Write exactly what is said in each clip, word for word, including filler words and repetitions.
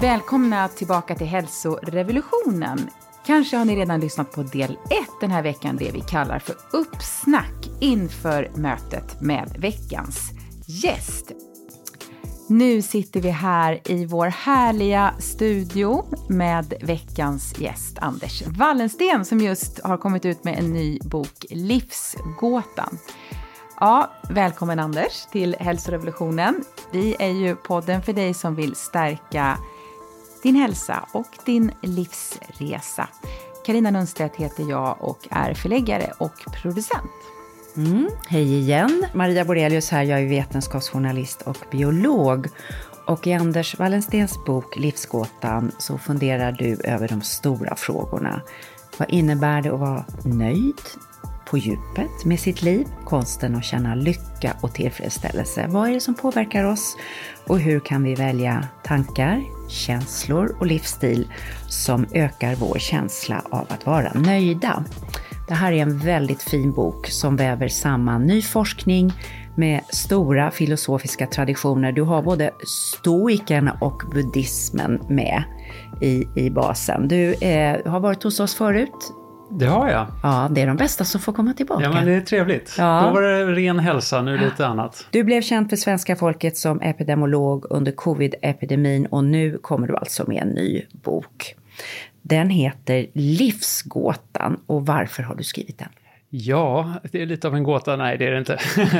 Välkomna tillbaka till hälsorevolutionen. Kanske har ni redan lyssnat på del ett den här veckan, det vi kallar för uppsnack inför mötet med veckans gäst. Nu sitter vi här i vår härliga studio med veckans gäst Anders Wallensten som just har kommit ut med en ny bok, Livsgåtan. Ja, välkommen Anders till hälsorevolutionen. Vi är ju podden för dig som vill stärka din hälsa och din livsresa. Carina Nunstedt heter jag och är förläggare och producent. Mm, hej igen, Maria Borelius här, jag är vetenskapsjournalist och biolog. Och i Anders Wallenstens bok Livsgåtan så funderar du över de stora frågorna. Vad innebär det att vara nöjd på djupet med sitt liv? Konsten att känna lycka och tillfredsställelse. Vad är det som påverkar oss? Och hur kan vi välja tankar, känslor och livsstil som ökar vår känsla av att vara nöjda? Det här är en väldigt fin bok som väver samman ny forskning med stora filosofiska traditioner. Du har både stoikerna och buddhismen med i, i basen. Du eh, har varit hos oss förut. Det har jag. Ja, det är de bästa som får komma tillbaka. Ja, men det är trevligt. Ja. Då var det ren hälsa, nu lite annat. Du blev känd för svenska folket som epidemiolog under covid-epidemin och nu kommer du alltså med en ny bok. Den heter Livsgåtan, och varför har du skrivit den? Ja, det är lite av en gåta. Nej, det är det inte.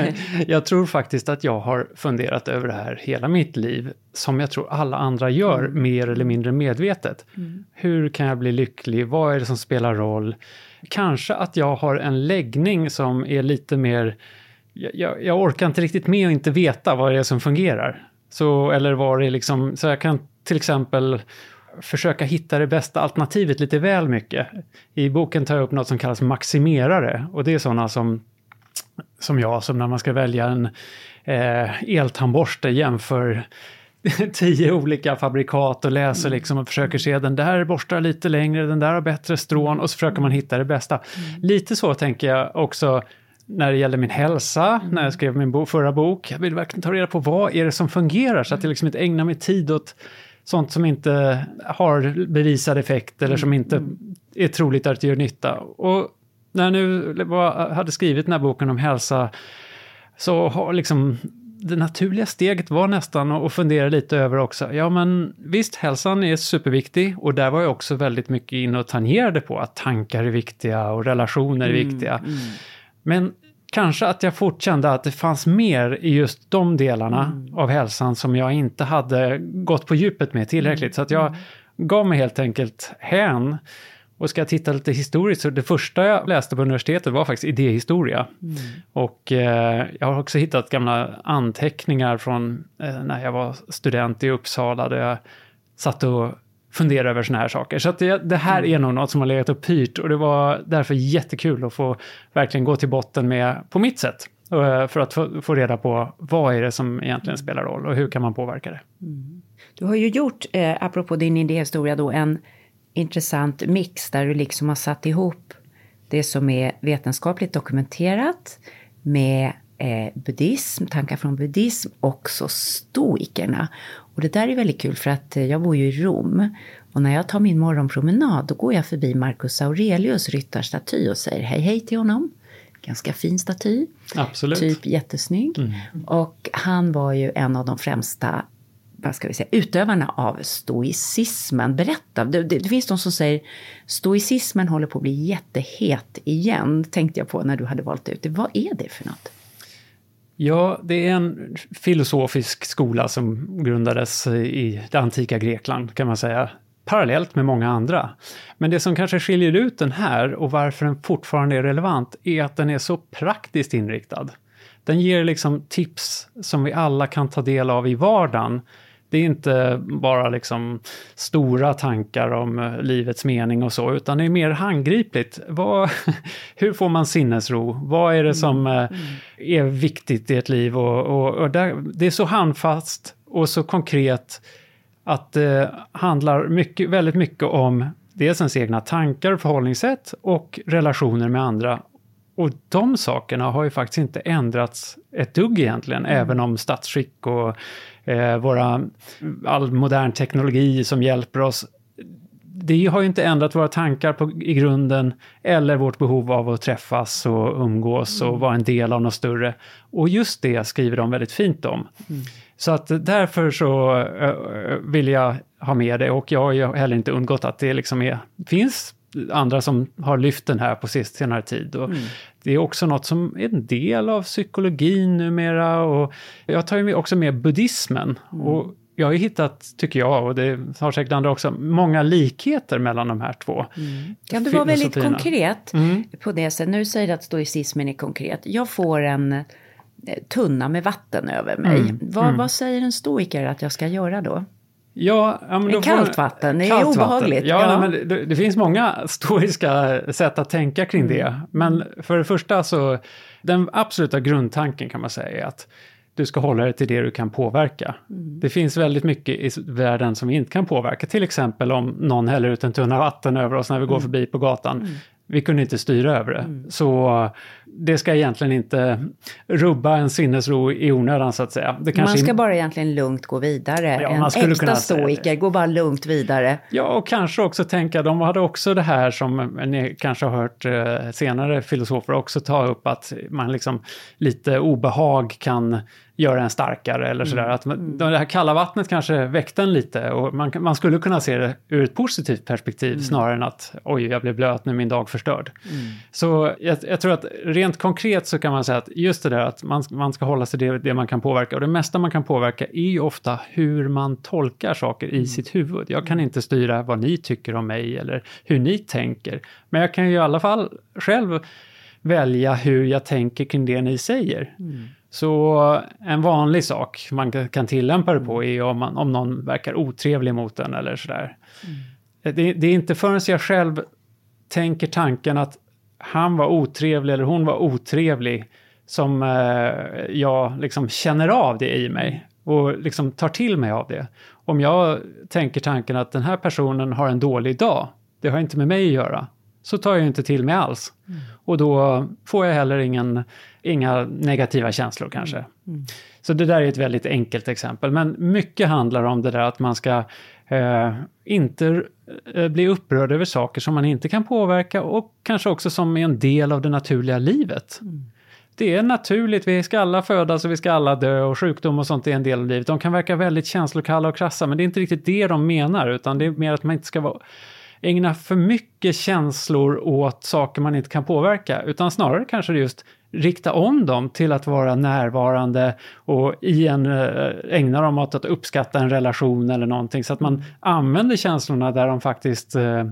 Jag tror faktiskt att jag har funderat över det här hela mitt liv, som jag tror alla andra gör, mm. mer eller mindre medvetet. Mm. Hur kan jag bli lycklig? Vad är det som spelar roll? Kanske att jag har en läggning som är lite mer... Jag, jag orkar inte riktigt med att inte veta vad det är som fungerar. Så, eller vad det är liksom... Så jag kan till exempel... försöka hitta det bästa alternativet lite väl mycket. I boken tar jag upp något som kallas maximerare. Och det är sådana som, som jag, som när man ska välja en eh, eltandborste, jämför tio olika fabrikat och läser mm. liksom och försöker se den där borstar lite längre, den där har bättre strån, och så försöker man hitta det bästa. Mm. Lite så tänker jag också när det gäller min hälsa, mm. när jag skrev min bo- förra bok. Jag vill verkligen ta reda på vad är det som fungerar, så att jag liksom inte ägnar mig tid åt sånt som inte har bevisad effekt eller som inte är troligt att det gör nytta. Och när jag nu var, hade skrivit den här boken om hälsa, så har liksom det naturliga steget var nästan att fundera lite över också. Ja, men visst, hälsan är superviktig, och där var jag också väldigt mycket in och tangerade på att tankar är viktiga och relationer är viktiga. Mm, mm. Men kanske att jag fort kände att det fanns mer i just de delarna mm. av hälsan som jag inte hade gått på djupet med tillräckligt. Mm. Så att jag gav mig helt enkelt hän. Och ska jag titta lite historiskt, så det första jag läste på universitetet var faktiskt idéhistoria. Mm. Och eh, jag har också hittat gamla anteckningar från eh, när jag var student i Uppsala, där jag satt och fundera över såna här saker. Så att det, det här är nog något som har legat och pyrt, och det var därför jättekul att få verkligen gå till botten med på mitt sätt. För att få, få reda på vad är det som egentligen spelar roll och hur kan man påverka det. Mm. Du har ju gjort, eh, apropå din idéhistoria då, en intressant mix där du liksom har satt ihop det som är vetenskapligt dokumenterat med eh, buddhism, tankar från buddhism, också stoikerna. Och det där är väldigt kul, för att jag bor ju i Rom, och när jag tar min morgonpromenad då går jag förbi Marcus Aurelius ryttarstaty och säger hej hej till honom. Ganska fin staty. Absolut. Typ jättesnygg. Mm. Och han var ju en av de främsta, vad ska vi säga, utövarna av stoicismen. Berätta, det, det, det finns de som säger stoicismen håller på att bli jättehet igen, tänkte jag på när du hade valt ut det. Vad är det för något? Ja, det är en filosofisk skola som grundades i det antika Grekland, kan man säga. Parallellt med många andra. Men det som kanske skiljer ut den här och varför den fortfarande är relevant är att den är så praktiskt inriktad. Den ger liksom tips som vi alla kan ta del av i vardagen. Det är inte bara liksom stora tankar om livets mening och så, utan det är mer handgripligt. Vad, hur får man sinnesro? Vad är det som mm. är viktigt i ett liv? Och, och, och där, det är så handfast och så konkret att det handlar mycket, väldigt mycket om dels ens egna tankar och förhållningssätt och relationer med andra. Och de sakerna har ju faktiskt inte ändrats ett dugg egentligen, mm. även om statsskick och eh, våra, all modern teknologi som hjälper oss. Det har ju inte ändrat våra tankar på, i grunden, eller vårt behov av att träffas och umgås och mm. vara en del av något större. Och just det skriver de väldigt fint om. Mm. Så att därför så äh, vill jag ha med det, och jag har ju heller inte undgått att det liksom är, finns andra som har lyft den här på sist senare tid. Och mm. det är också något som är en del av psykologin numera, och jag tar ju också med buddhismen. Mm. Och jag har ju hittat, tycker jag, och det har säkert andra också, många likheter mellan de här två. Mm. Kan du vara väldigt konkret mm. på det sättet? Nu säger du att stoicismen är konkret. Jag får en tunna med vatten över mig. Mm. Vad, mm. vad säger en stoiker att jag ska göra då? Ja, ja, men då kallt får, vatten, det är obehagligt. Ja, ja. Nej, men det, det finns många stoiska sätt att tänka kring mm. det. Men för det första så, den absoluta grundtanken kan man säga är att du ska hålla dig till det du kan påverka. Mm. Det finns väldigt mycket i världen som vi inte kan påverka. Till exempel om någon häller ut en tunna vatten över oss när vi går mm. förbi på gatan. Mm. Vi kunde inte styra över det. Mm. Så det ska egentligen inte rubba en sinnesro i onödan, så att säga. Det kanske man ska in... bara egentligen lugnt gå vidare. Ja, en äkta stoiker går bara lugnt vidare. Ja, och kanske också tänka, de hade också det här som ni kanske har hört eh, senare filosofer också ta upp, att man liksom lite obehag kan göra en starkare eller sådär. Mm. Att man, det här kalla vattnet kanske väckte en lite, och man, man skulle kunna se det ur ett positivt perspektiv mm. snarare än att oj, jag blev blöt, nu min dag förstörd. Mm. Så jag, jag tror att rent konkret så kan man säga att just det där att man, man ska hålla sig till det, det man kan påverka, och det mesta man kan påverka är ju ofta hur man tolkar saker i mm. sitt huvud. Jag kan inte styra vad ni tycker om mig eller hur ni tänker, men jag kan ju i alla fall själv välja hur jag tänker kring det ni säger. Mm. Så en vanlig sak man kan tillämpa det på är om, man, om någon verkar otrevlig mot en eller sådär. Mm. Det, det är inte förrän jag själv tänker tanken att han var otrevlig eller hon var otrevlig som eh, jag liksom känner av det i mig och liksom tar till mig av det. Om jag tänker tanken att den här personen har en dålig dag, det har inte med mig att göra, så tar jag inte till mig alls. Mm. Och då får jag heller ingen, inga negativa känslor kanske. Mm. Mm. Så det där är ett väldigt enkelt exempel. Men mycket handlar om det där att man ska eh, inte eh, bli upprörd över saker som man inte kan påverka, och kanske också som är en del av det naturliga livet. Mm. Det är naturligt, vi ska alla födas och vi ska alla dö, och sjukdom och sånt är en del av livet. De kan verka väldigt känslokalla och krassa, men det är inte riktigt det de menar, utan det är mer att man inte ska vara ägna för mycket känslor åt saker man inte kan påverka, utan snarare kanske just rikta om dem till att vara närvarande och i en, ägna dem åt att uppskatta en relation eller någonting, så att man använder känslorna där de faktiskt eh,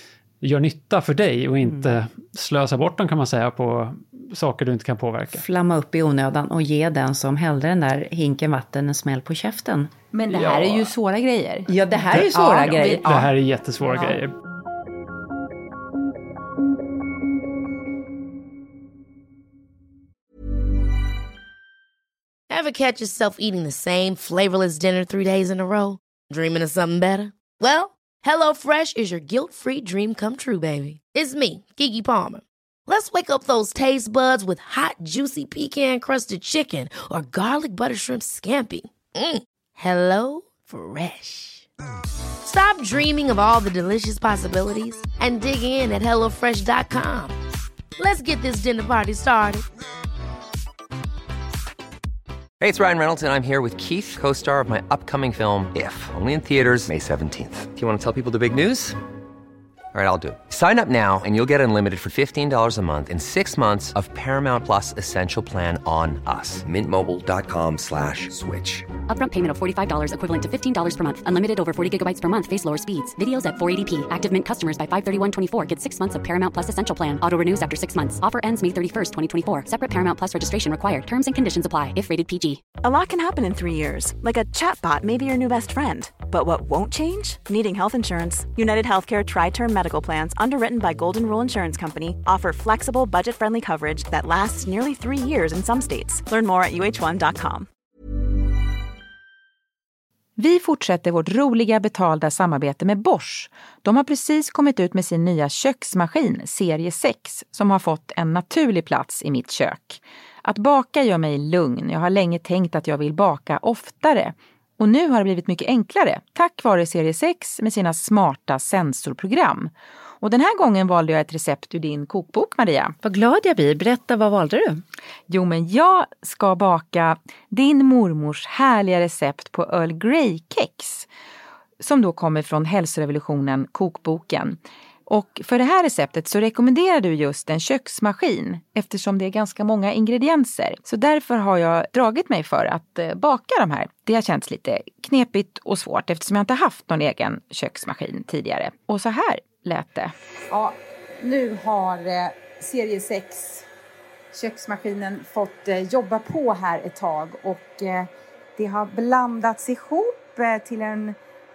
gör nytta för dig och inte mm. slösa bort dem, kan man säga, på saker du inte kan påverka. Flamma upp i onödan och ge den som hällde den där hinken vatten en smäll på käften. Men det här ja. är ju svåra grejer. Ja, det här är ju svåra ja, grejer. Det här är jättesvåra ja. grejer. Ever catch yourself eating the same flavorless dinner three days in a row? Dreaming of something better? Well, HelloFresh is your guilt-free dream come true, baby. It's me, Keke Palmer. Let's wake up those taste buds with hot, juicy pecan-crusted chicken or garlic butter shrimp scampi. Mm. Hello Fresh. Stop dreaming of all the delicious possibilities and dig in at hello fresh dot com. Let's get this dinner party started. Hey, it's Ryan Reynolds, and I'm here with Keith, co-star of my upcoming film, If, only in theaters May seventeenth. Do you want to tell people the big news? All right, I'll do it. Sign up now and you'll get unlimited for fifteen dollars a month and six months of Paramount Plus Essential Plan on us. Mint Mobile dot com slash switch. Upfront payment of forty-five dollars equivalent to fifteen dollars per month. Unlimited over forty gigabytes per month. Face lower speeds. Videos at four eighty p. Active Mint customers by five thirty-one twenty-four get six months of Paramount Plus Essential Plan. Auto renews after six months. Offer ends May thirty-first, twenty twenty-four. Separate Paramount Plus registration required. Terms and conditions apply if rated P G. A lot can happen in three years. Like a chatbot may be your new best friend. But what won't change? Needing health insurance. United Healthcare Tri-Term Medical Plans, underwritten by Golden Rule Insurance Company, offer flexible, budget-friendly coverage that lasts nearly three years in some states. Learn more at U H one dot com. Vi fortsätter vårt roliga betalda samarbete med Bosch. De har precis kommit ut med sin nya köksmaskin, serie sex, som har fått en naturlig plats i mitt kök. Att baka gör mig lugn. Jag har länge tänkt att jag vill baka oftare. Och nu har det blivit mycket enklare, tack vare serie sex med sina smarta sensorprogram. Och den här gången valde jag ett recept ur din kokbok, Maria. Vad glad jag blir. Berätta, vad valde du? Jo, men jag ska baka din mormors härliga recept på Earl Grey-kex. Som då kommer från Hälsorevolutionen, kokboken. Och för det här receptet så rekommenderar du just en köksmaskin eftersom det är ganska många ingredienser. Så därför har jag dragit mig för att baka de här. Det har känts lite knepigt och svårt eftersom jag inte haft någon egen köksmaskin tidigare. Och så här lät det. Ja, nu har eh, serie sex köksmaskinen fått eh, jobba på här ett tag. Och eh, det har blandats ihop eh, till en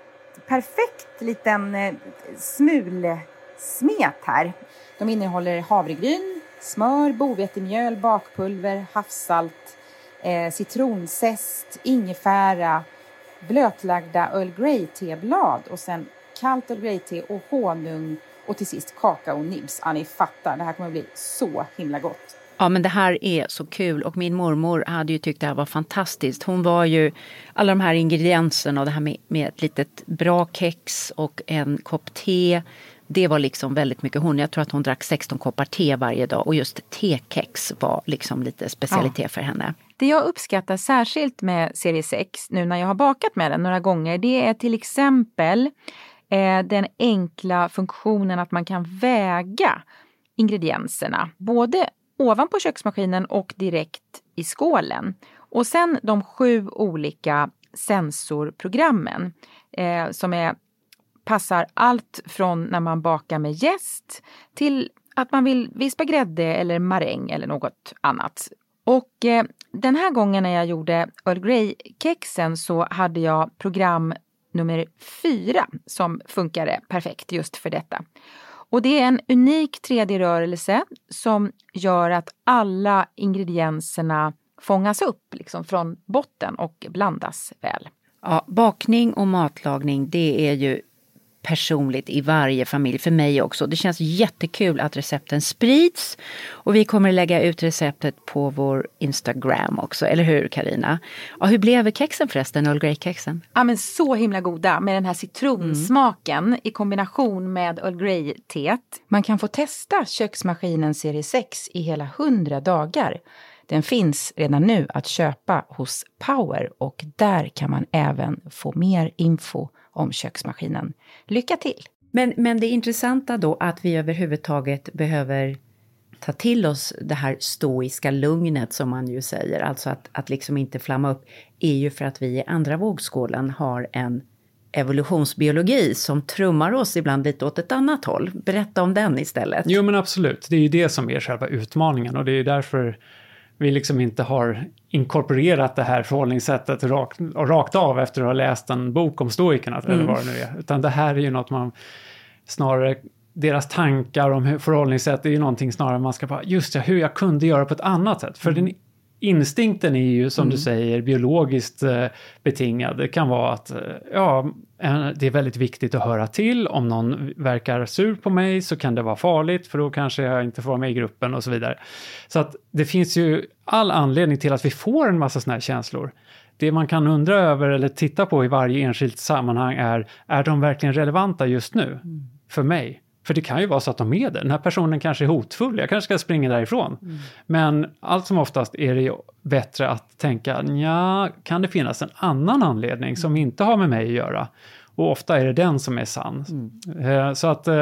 perfekt liten eh, smul... smet här. De innehåller havregryn, smör, bovetemjöl, bakpulver, havssalt, eh, citronzest, ingefära, blötlagda Earl Grey teblad och sen kallt Earl Grey te och honung och till sist kakao nibs. Ja, ni fattar, det här kommer bli så himla gott. Ja, men det här är så kul och min mormor hade ju tyckt det här var fantastiskt. Hon var ju, alla de här ingredienserna och det här med, med ett litet bra kex och en kopp te. Det var liksom väldigt mycket hon. Jag tror att hon drack sexton koppar te varje dag. Och just tekex var liksom lite specialitet ja. för henne. Det jag uppskattar särskilt med serie sex nu när jag har bakat med den några gånger. Det är till exempel eh, den enkla funktionen att man kan väga ingredienserna. Både ovanpå köksmaskinen och direkt i skålen. Och sen de sju olika sensorprogrammen eh, som är passar allt från när man bakar med jäst till att man vill vispa grädde eller maräng eller något annat. Och eh, den här gången när jag gjorde Earl Grey-kexen så hade jag program nummer fyra som funkade perfekt just för detta. Och det är en unik tre D-rörelse som gör att alla ingredienserna fångas upp liksom från botten och blandas väl. Ja, bakning och matlagning, det är ju personligt i varje familj, för mig också. Det känns jättekul att recepten sprids och vi kommer lägga ut receptet på vår Instagram också, eller hur Carina? Ja, hur blev kexen förresten, Earl Grey-kexen? Ja, men så himla goda med den här citronsmaken mm. i kombination med Earl Grey-teet. Man kan få testa köksmaskinen serie sex i hela hundra dagar. Den finns redan nu att köpa hos Power och där kan man även få mer info om köksmaskinen. Lycka till! Men, men det intressanta då att vi överhuvudtaget behöver ta till oss det här stoiska lugnet som man ju säger. Alltså att, att liksom inte flamma upp är ju för att vi i andra vågskålen har en evolutionsbiologi som trummar oss ibland lite åt ett annat håll. Berätta om den istället. Jo men absolut, det är ju det som är själva utmaningen och det är ju därför vi liksom inte har inkorporerat det här förhållningssättet rakt, rakt av efter att ha läst en bok om stoikerna mm. eller vad det nu är. Utan det här är ju något man snarare, deras tankar om förhållningssätt är ju någonting snarare man ska bara, just det, hur jag kunde göra på ett annat sätt. För mm. den instinkten är ju som mm. du säger biologiskt eh, betingad. Det kan vara att eh, ja, det är väldigt viktigt att höra till. Om någon verkar sur på mig så kan det vara farligt för då kanske jag inte får vara med i gruppen och så vidare. Så att det finns ju all anledning till att vi får en massa såna här känslor. Det man kan undra över eller titta på i varje enskilt sammanhang är, är de verkligen relevanta just nu mm. för mig? För det kan ju vara så att de är det. Den här personen kanske är hotfull. Jag kanske ska springa därifrån. Mm. Men allt som oftast är det ju bättre att tänka, ja, kan det finnas en annan anledning mm. som inte har med mig att göra? Och ofta är det den som är sann. Mm. Så att,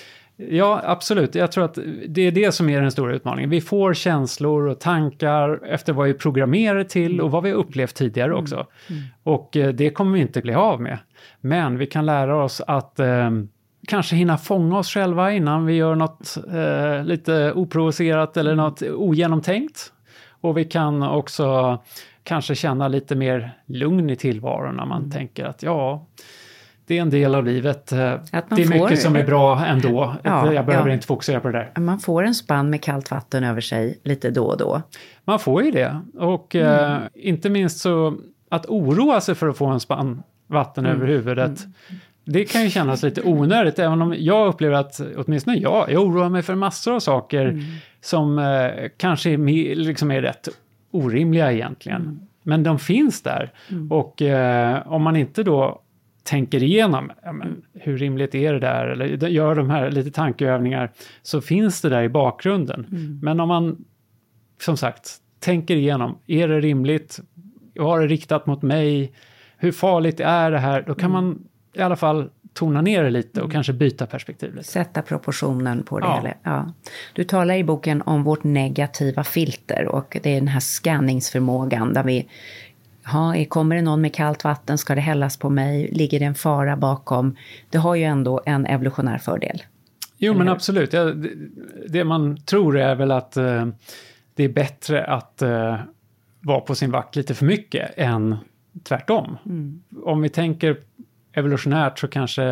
ja, absolut. Jag tror att det är det som är den stora utmaningen. Vi får känslor och tankar efter vad vi är programmerade till och vad vi har upplevt tidigare också. Mm. Mm. Och det kommer vi inte bli av med. Men vi kan lära oss att kanske hinna fånga oss själva innan vi gör något eh, lite oprovocerat eller något ogenomtänkt. Och vi kan också kanske känna lite mer lugn i tillvaron när man mm. tänker att ja, det är en del av livet. Det är mycket får, som är bra ändå. Ja, jag behöver ja. inte fokusera på det där. Man får en spann med kallt vatten över sig lite då och då. Man får ju det. Och mm. eh, inte minst så att oroa sig för att få en spann vatten Mm. över huvudet. Mm. Det kan ju kännas lite onödigt, även om jag upplever att åtminstone jag, jag oroar mig för massor av saker mm. som eh, kanske är, liksom är rätt orimliga egentligen. Mm. Men de finns där. Mm. Och eh, om man inte då tänker igenom ja, men, hur rimligt är det där, eller gör de här lite tankeövningar, så finns det där i bakgrunden. Mm. Men om man, som sagt, tänker igenom, är det rimligt? Var det riktat mot mig? Hur farligt är det här? Då kan mm. man i alla fall tona ner det lite och mm. kanske byta perspektiv lite. Sätta proportionen på det. Ja. Eller? Ja. Du talar i boken om vårt negativa filter, och det är den här scanningsförmågan där vi, ja, kommer det någon med kallt vatten, ska det hällas på mig, ligger det en fara bakom? Det har ju ändå en evolutionär fördel. Jo, men absolut. Ja, det, det man tror är väl att uh, det är bättre att uh, vara på sin vakt lite för mycket än tvärtom. Mm. Om vi tänker evolutionärt så kanske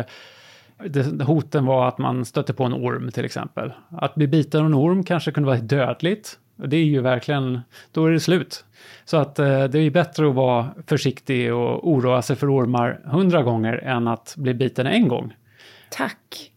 det, hoten var att man stötte på en orm till exempel. Att bli biten av en orm kanske kunde vara dödligt. Det är ju verkligen, då är det slut. Så att eh, det är ju bättre att vara försiktig och oroa sig för ormar hundra gånger än att bli biten en gång. Tack,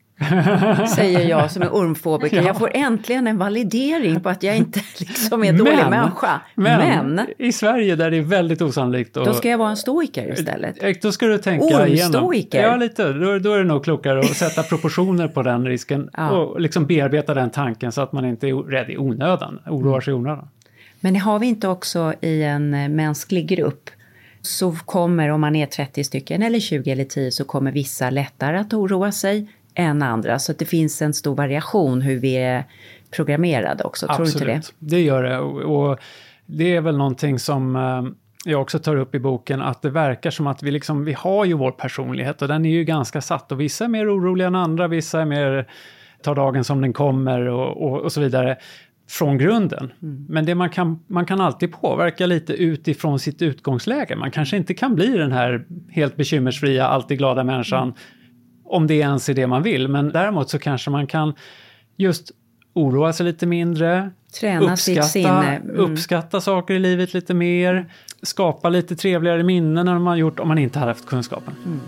säger jag som är ormfobiker. Ja. Jag får äntligen en validering på att jag inte liksom är dålig men, människa. Men, men i Sverige där det är väldigt osannolikt. Och, då ska jag vara en stoiker istället. Då ska du tänka igenom. Ormstoiker. Ja, lite. Då, då är det nog klokare att sätta proportioner på den risken. Ja. Och liksom bearbeta den tanken så att man inte är rädd i onödan. Oroar sig i onödan. Men har vi inte också i en mänsklig grupp, så kommer, om man är trettio stycken eller tjugo eller tio, så kommer vissa lättare att oroa sig än andra. Så att det finns en stor variation hur vi är programmerade också. Tror Absolut. du inte det? Det gör det. Och, och det är väl någonting som eh, jag också tar upp i boken, att det verkar som att vi liksom, vi har ju vår personlighet och den är ju ganska satt. Och vissa är mer oroliga än andra, vissa är mer tar dagen som den kommer och, och, och så vidare. Från grunden. Mm. Men det man kan, man kan alltid påverka lite utifrån sitt utgångsläge. Man kanske inte kan bli den här helt bekymmersfria, alltid glada människan. Mm. Om det ens är det man vill. Men däremot så kanske man kan just oroa sig lite mindre. Träna uppskatta, sitt sinne. Mm. uppskatta saker i livet lite mer. Skapa lite trevligare minnen än man har gjort om man inte hade haft kunskapen. Mm.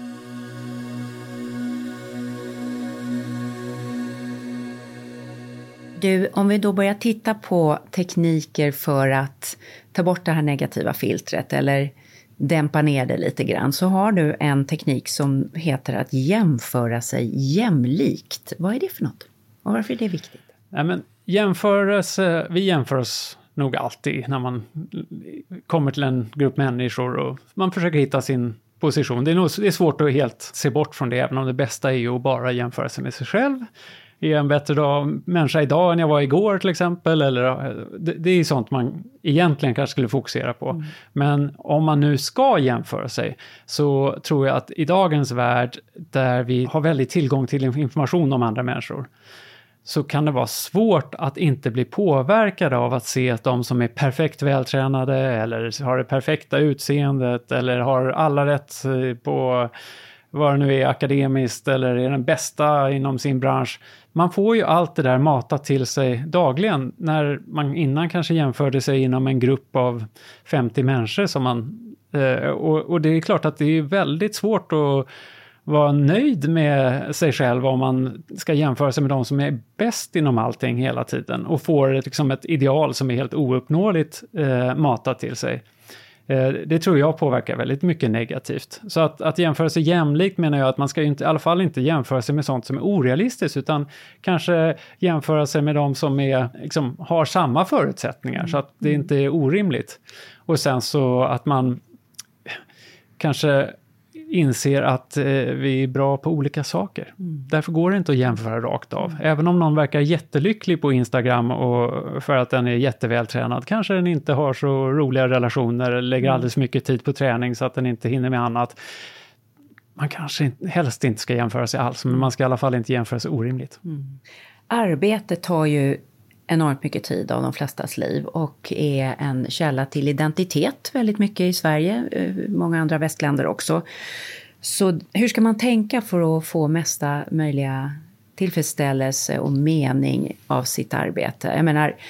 Du, om vi då börjar titta på tekniker för att ta bort det här negativa filtret eller dämpa ner det lite grann, så har du en teknik som heter att jämföra sig jämlikt. Vad är det för något? Och varför är det viktigt? Ja, men jämförelse, vi jämför oss nog alltid när man kommer till en grupp människor och man försöker hitta sin position. Det är, nog, det är svårt att helt se bort från det, även om det bästa är ju att bara jämföra sig med sig själv. Är jag en bättre dag, människa idag än jag var igår till exempel? Eller, det, det är sånt man egentligen kanske skulle fokusera på. Mm. Men om man nu ska jämföra sig, så tror jag att i dagens värld där vi har väldigt tillgång till information om andra människor, så kan det vara svårt att inte bli påverkad av att se att de som är perfekt vältränade eller har det perfekta utseendet eller har alla rätt på vad det nu är akademiskt eller är den bästa inom sin bransch. Man får ju allt det där matat till sig dagligen, när man innan kanske jämförde sig inom en grupp av femtio människor som man, eh, och, och det är klart att det är väldigt svårt att vara nöjd med sig själv om man ska jämföra sig med de som är bäst inom allting hela tiden och får ett, liksom ett ideal som är helt ouppnåeligt eh, matat till sig. Det tror jag påverkar väldigt mycket negativt. Så att, att jämföra sig jämlikt menar jag att man ska inte, i alla fall inte jämföra sig med sånt som är orealistiskt, utan kanske jämföra sig med de som är, liksom, har samma förutsättningar mm. så att det inte är orimligt. Och sen så att man kanske inser att eh, vi är bra på olika saker. Mm. Därför går det inte att jämföra rakt av. Mm. Även om någon verkar jättelycklig på Instagram och för att den är jättevältränad, kanske den inte har så roliga relationer, lägger mm. alldeles mycket tid på träning så att den inte hinner med annat. Man kanske inte, helst inte ska jämföra sig alls, men man ska i alla fall inte jämföra sig orimligt. Mm. Arbetet tar ju enormt mycket tid av de flestas liv och är en källa till identitet väldigt mycket i Sverige, många andra västländer också. Så hur ska man tänka för att få mesta möjliga tillfredsställelse och mening av sitt arbete? Jag menar,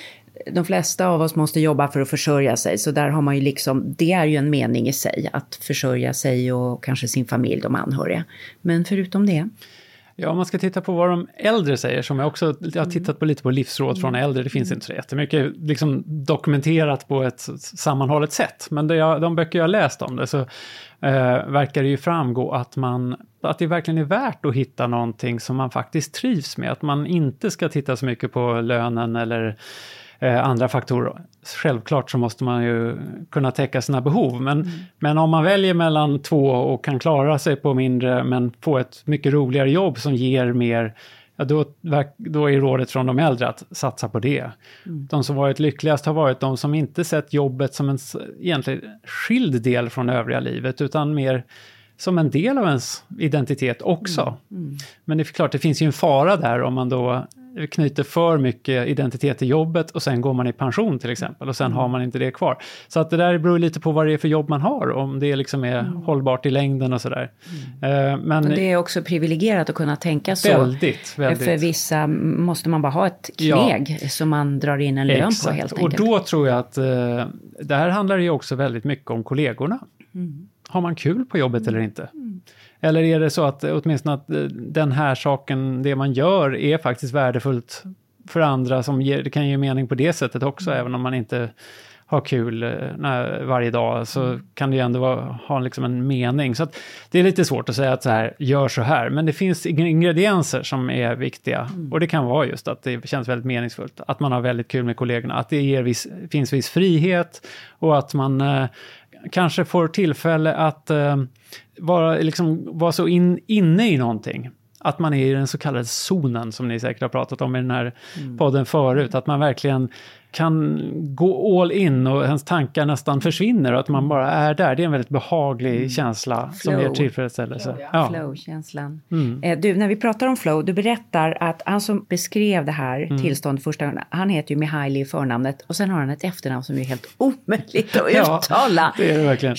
de flesta av oss måste jobba för att försörja sig. Så där har man ju liksom, det är ju en mening i sig. Att försörja sig och kanske sin familj, de anhöriga. Men förutom det... Ja, om man ska titta på vad de äldre säger, som jag också jag har tittat på lite på livsråd från äldre, det finns mm. inte så jättemycket liksom dokumenterat på ett sammanhållet sätt. Men det jag, de böcker jag har läst om det så eh, verkar det ju framgå att, man, att det verkligen är värt att hitta någonting som man faktiskt trivs med. Att man inte ska titta så mycket på lönen eller eh, andra faktorer. Självklart så måste man ju kunna täcka sina behov. Men, mm. men om man väljer mellan två och kan klara sig på mindre men få ett mycket roligare jobb som ger mer, ja, då, då är rådet från de äldre att satsa på det. Mm. De som varit lyckligast har varit de som inte sett jobbet som en egentligen skild del från övriga livet utan mer som en del av ens identitet också. Mm. Mm. Men det är klart, det finns ju en fara där om man då knyter för mycket identitet till jobbet och sen går man i pension till exempel och sen mm. har man inte det kvar. Så att det där beror lite på vad det är för jobb man har, om det liksom är mm. hållbart i längden och sådär. Mm. Men och det är också privilegierat att kunna tänka så. Väldigt, väldigt. För vissa måste man bara ha ett kneg ja. som man drar in en lön på helt enkelt. Och då tror jag att uh, det här handlar ju också väldigt mycket om kollegorna. Mm. Har man kul på jobbet mm. eller inte? Mm. Eller är det så att åtminstone att den här saken, det man gör är faktiskt värdefullt för andra som ger, det kan ge mening på det sättet också, mm. även om man inte har kul när, varje dag så mm. kan det ju ändå vara, ha liksom en mening. Så att det är lite svårt att säga att så här, gör så här, men det finns ingredienser som är viktiga mm. och det kan vara just att det känns väldigt meningsfullt, att man har väldigt kul med kollegorna, att det ger viss, finns viss frihet och att man eh, kanske får tillfälle att eh, vara, liksom, vara så in, inne i någonting. Att man är i den så kallade zonen som ni säkert har pratat om i den här mm. podden förut. Att man verkligen kan gå all in och ens tankar nästan försvinner och att man bara är där. Det är en väldigt behaglig mm. känsla flow. Som ger tillfredsställelse. Flow, ja. Flow-känslan. Mm. Du, när vi pratar om flow, du berättar att han som beskrev det här mm. tillståndet första gången, han heter ju Mihaly i förnamnet och sen har han ett efternamn som är helt omöjligt att uttala. Ja, det är det verkligen.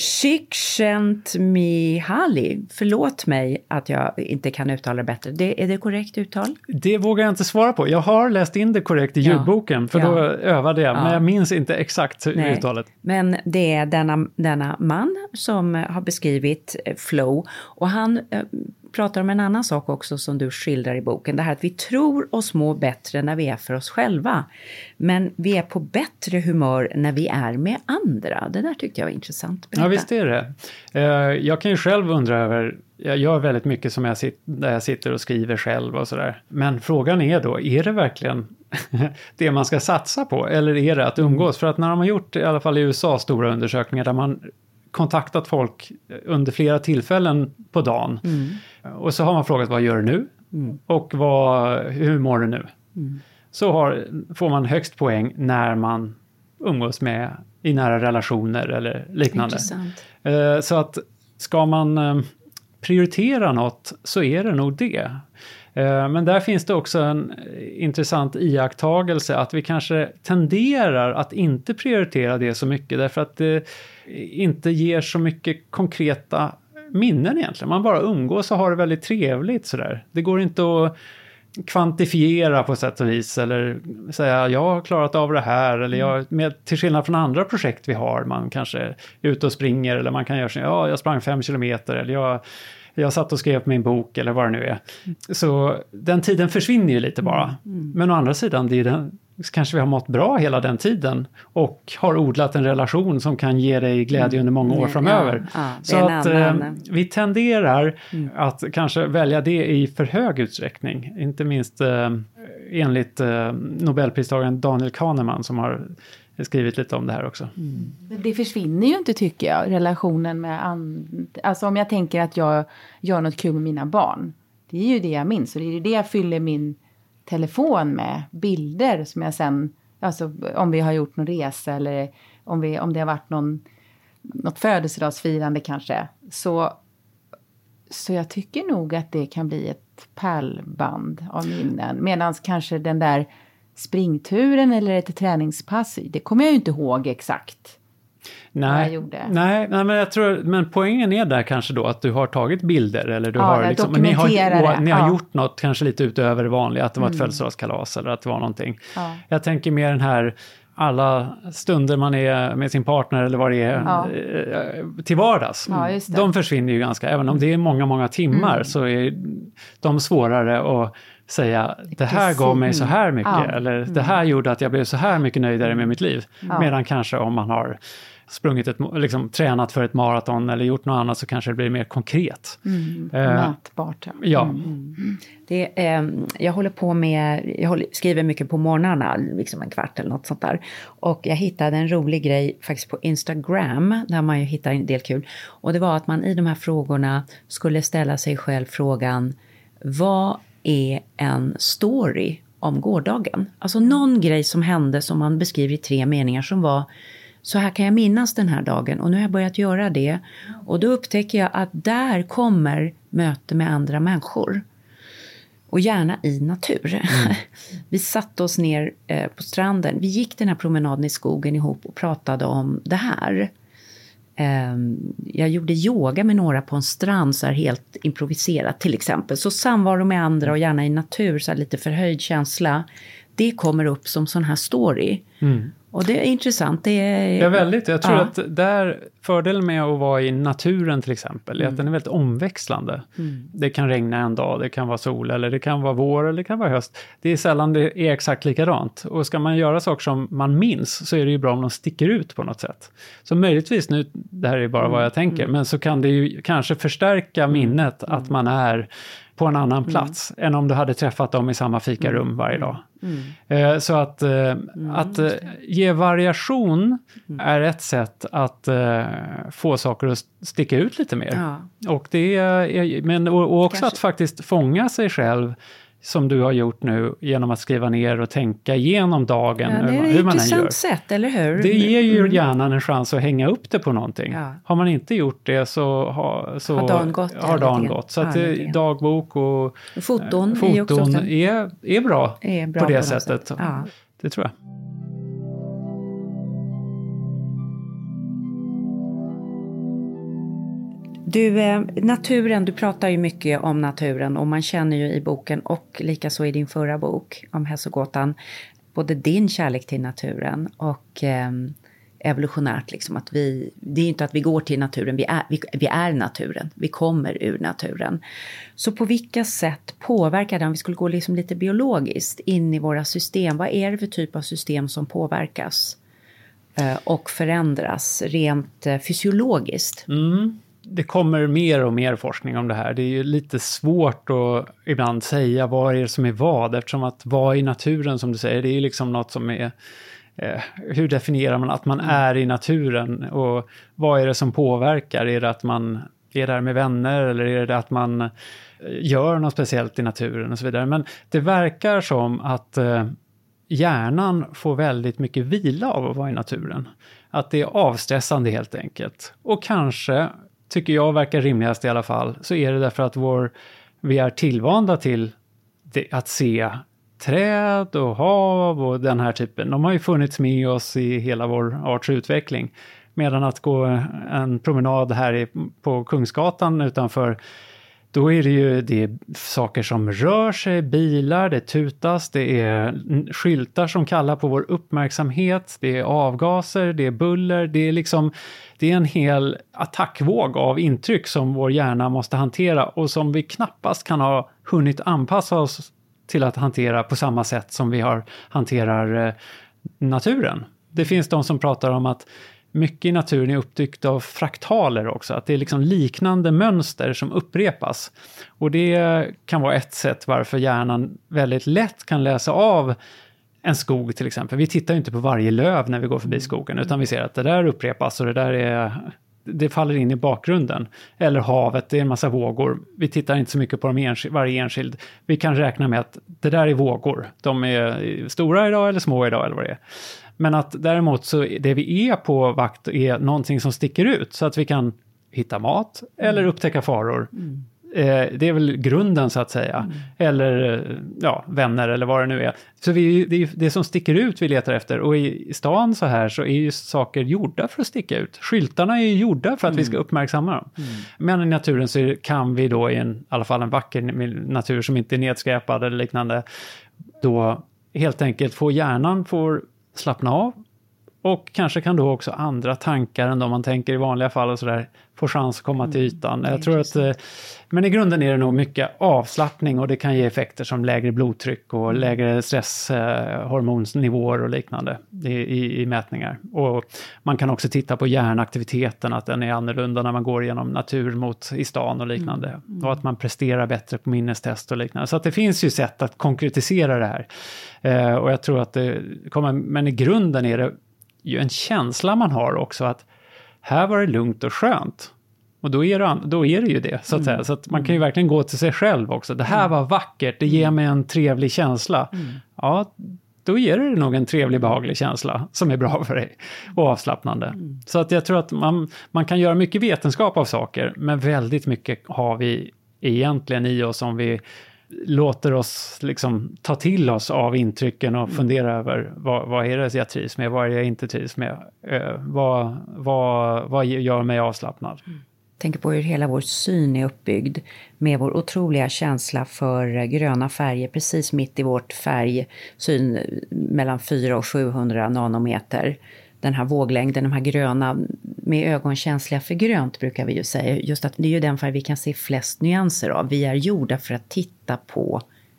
Csikszentmihalyi. Förlåt mig att jag inte kan uttala det bättre. Det, är det korrekt uttal? Det vågar jag inte svara på. Jag har läst in det korrekt i ja. ljudboken för ja. då övade jag. Ja. Men jag minns inte exakt Nej. uttalet. Men det är denna, denna man som har beskrivit flow och han eh, pratar om en annan sak också som du skildrar i boken. Det här att vi tror oss må bättre när vi är för oss själva. Men vi är på bättre humör när vi är med andra. Det där tyckte jag var intressant. Berätta. Ja, visst är det. Jag kan ju själv undra över, jag gör väldigt mycket som jag sitter, där jag sitter och skriver själv och sådär. Men frågan är då, är det verkligen det man ska satsa på? Eller är det att umgås? För att när de har gjort, i alla fall i U S A, stora undersökningar där man kontaktat folk under flera tillfällen på dagen. Mm. Och så har man frågat, vad gör du nu? Mm. Och vad, hur mår du nu? Mm. Så har, får man högst poäng när man umgås med i nära relationer eller liknande. Intressant. Så att ska man prioritera något så är det nog det. Men där finns det också en intressant iakttagelse att vi kanske tenderar att inte prioritera det så mycket därför att det inte ger så mycket konkreta minnen egentligen. Man bara umgås och har det väldigt trevligt sådär. Det går inte att kvantifiera på sätt och vis eller säga jag har klarat av det här eller jag, med, till skillnad från andra projekt vi har, man kanske är ute och springer eller man kan göra så, ja jag sprang fem kilometer eller jag Jag satt och skrev på min bok eller vad det nu är. Så den tiden försvinner ju lite bara. Mm. Men å andra sidan, det är den, kanske vi har mått bra hela den tiden. Och har odlat en relation som kan ge dig glädje under många år framöver. Ja, ja, så att eh, vi tenderar mm. att kanske välja det i för hög utsträckning. Inte minst eh, enligt eh, Nobelpristagaren Daniel Kahneman som har skrivit lite om det här också. Mm. Det försvinner ju inte tycker jag, relationen med and- alltså om jag tänker att jag gör något kul med mina barn. Det är ju det jag minns och det är ju det jag fyller min telefon med bilder som jag sen, alltså om vi har gjort någon resa eller om, vi, om det har varit någon, något födelsedagsfirande kanske. Så, så jag tycker nog att det kan bli ett pärlband av minnen. Medan kanske den där springturen eller ett träningspass, det kommer jag ju inte ihåg exakt. Nej, nej, nej, men jag tror, men poängen är där kanske då att du har tagit bilder eller du ja, har liksom, men ni har, ni har ja. gjort något kanske lite utöver det vanliga, att det var ett mm. födelsedagskalas eller att det var någonting. Ja. Jag tänker mer den här alla stunder man är med sin partner eller vad det är Ja. till vardags. Ja, just det. De försvinner ju ganska, även om det är många, många timmar Mm. så är de svårare att säga det här Precis. gav mig så här mycket Ja. eller det här gjorde att jag blev så här mycket nöjdare med mitt liv. Ja. Medan kanske om man har sprungit ett, liksom tränat för ett maraton eller gjort något annat så kanske det blir mer konkret. Mm. Eh, Mätbart. ja. Det, eh, jag håller på med, jag håller, skriver mycket på morgnarna, liksom en kvart eller något sånt där. Och jag hittade en rolig grej faktiskt på Instagram, där man ju hittar en del kul. Och det var att man i de här frågorna skulle ställa sig själv frågan, vad är en story om gårdagen? Alltså någon grej som hände som man beskriver i tre meningar som var, så här kan jag minnas den här dagen och nu har jag börjat göra det. Och då upptäcker jag att där kommer möte med andra människor. Och gärna i natur. Mm. Vi satte oss ner eh, på stranden. Vi gick den här promenaden i skogen ihop och pratade om det här. Eh, jag gjorde yoga med några på en strand så här helt improviserat till exempel. Så samvaro med andra och gärna i natur så här lite förhöjd känsla. Det kommer upp som sån här story. Mm. Och det är intressant. Det är, ja, väldigt. Jag tror ja. att där, fördelen med att vara i naturen till exempel, är att den är väldigt omväxlande. Mm. Det kan regna en dag, det kan vara sol, eller det kan vara vår, eller det kan vara höst. Det är sällan det är exakt likadant. Och ska man göra saker som man minns, så är det ju bra om de sticker ut på något sätt. Så möjligtvis nu, det här är bara vad jag tänker, mm. men så kan det ju kanske förstärka minnet mm. att man är på en annan plats mm. än om du hade träffat dem i samma fikarum mm. varje dag. Mm. Eh, så att, eh, mm. att eh, ge variation mm. är ett sätt att eh, få saker att sticka ut lite mer. Ja. Och det är, men, och, och också Kanske. Att faktiskt fånga sig själv som du har gjort nu genom att skriva ner och tänka igenom dagen. Ja, det är hur, hur man ett än gör. Sätt, eller hur? Det ger ju mm. hjärnan en chans att hänga upp det på någonting. Ja. Har man inte gjort det så, ha, så har dagen gått. Har dagen gått. Så att det, dagbok och foton, äh, foton är, också är, är, bra är bra på det på sättet. Sätt. Ja. Det tror jag. Du, eh, naturen, du pratar ju mycket om naturen och man känner ju i boken och likaså i din förra bok om Hässogåtan både din kärlek till naturen och eh, evolutionärt liksom att vi, det är inte att vi går till naturen, vi är, vi, vi är naturen, vi kommer ur naturen. Så på vilka sätt påverkar det, om vi skulle gå liksom lite biologiskt in i våra system, vad är det för typ av system som påverkas eh, och förändras rent eh, fysiologiskt? Mm. Det kommer mer och mer forskning om det här. Det är ju lite svårt att ibland säga vad är det som är vad. Eftersom att vara i naturen som du säger, det är ju liksom något som är... Eh, hur definierar man att man är i naturen? Och vad är det som påverkar? Är det att man är där med vänner? Eller är det att man gör något speciellt i naturen och så vidare? Men det verkar som att eh, hjärnan får väldigt mycket vila av att vara i naturen. Att det är avstressande helt enkelt. Och kanske... tycker jag verkar rimligast i alla fall, så är det därför att vår, vi är tillvanda till det, att se träd och hav och den här typen. De har ju funnits med oss i hela vår arts utveckling. Medan att gå en promenad här i, på Kungsgatan utanför, då är det ju det är saker som rör sig, bilar, det tutas, det är skyltar som kallar på vår uppmärksamhet, det är avgaser, det är buller, det är liksom det är en hel attackvåg av intryck som vår hjärna måste hantera och som vi knappast kan ha hunnit anpassa oss till att hantera på samma sätt som vi har hanterar eh, naturen. Det finns de som pratar om att mycket i naturen är uppbyggt av fraktaler också. Att det är liksom liknande mönster som upprepas. Och det kan vara ett sätt varför hjärnan väldigt lätt kan läsa av en skog till exempel. Vi tittar ju inte på varje löv när vi går förbi skogen. Utan vi ser att det där upprepas och det där är... det faller in i bakgrunden. Eller havet, det är en massa vågor. Vi tittar inte så mycket på dem enskild, varje enskild. Vi kan räkna med att det där är vågor. De är stora idag eller små idag eller vad det är. Men att däremot så det vi är på vakt är någonting som sticker ut så att vi kan hitta mat eller upptäcka faror. Mm. Eh, det är väl grunden så att säga. Mm. Eller ja, vänner eller vad det nu är. Så vi, det är det som sticker ut vi letar efter. Och i, i stan så här så är ju saker gjorda för att sticka ut. Skyltarna är ju gjorda för att mm. vi ska uppmärksamma dem. Mm. Men i naturen så kan vi då i en, i alla fall en vacker natur som inte är nedskräpad eller liknande. Då helt enkelt få hjärnan får slappna av. Och kanske kan då också andra tankar än de man tänker i vanliga fall och sådär få chans att komma till ytan. Mm, jag tror att, men i grunden är det nog mycket avslappning och det kan ge effekter som lägre blodtryck och mm. lägre stresshormonsnivåer och liknande i, i, i mätningar. Och man kan också titta på hjärnaktiviteten, att den är annorlunda när man går genom natur mot i stan och liknande. Mm. Mm. Och att man presterar bättre på minnestest och liknande. Så att det finns ju sätt att konkretisera det här. Eh, och jag tror att det kommer, men i grunden är det ju en känsla man har också att här var det lugnt och skönt. Och då är det, då är det ju det, så att säga. Så att man kan ju verkligen gå till sig själv också. Det här var vackert, det ger mig en trevlig känsla. Mm. Ja, då ger det nog en trevlig, behaglig känsla som är bra för dig och avslappnande. Mm. Så att jag tror att man, man kan göra mycket vetenskap av saker, men väldigt mycket har vi egentligen i oss om vi låter oss liksom ta till oss av intrycken och fundera mm. över vad, vad är det jag trivs med, vad är det jag inte trivs med, uh, vad, vad, vad gör mig avslappnad. Mm. Tänker på hur hela vår syn är uppbyggd med vår otroliga känsla för gröna färger precis mitt i vårt färgsyn mellan fyra och sjuhundra nanometer. Den här våglängden, de här gröna med ögonkänsliga för grönt brukar vi ju säga. Just att det är ju den färg vi kan se flest nyanser av. Vi är gjorda för att titta på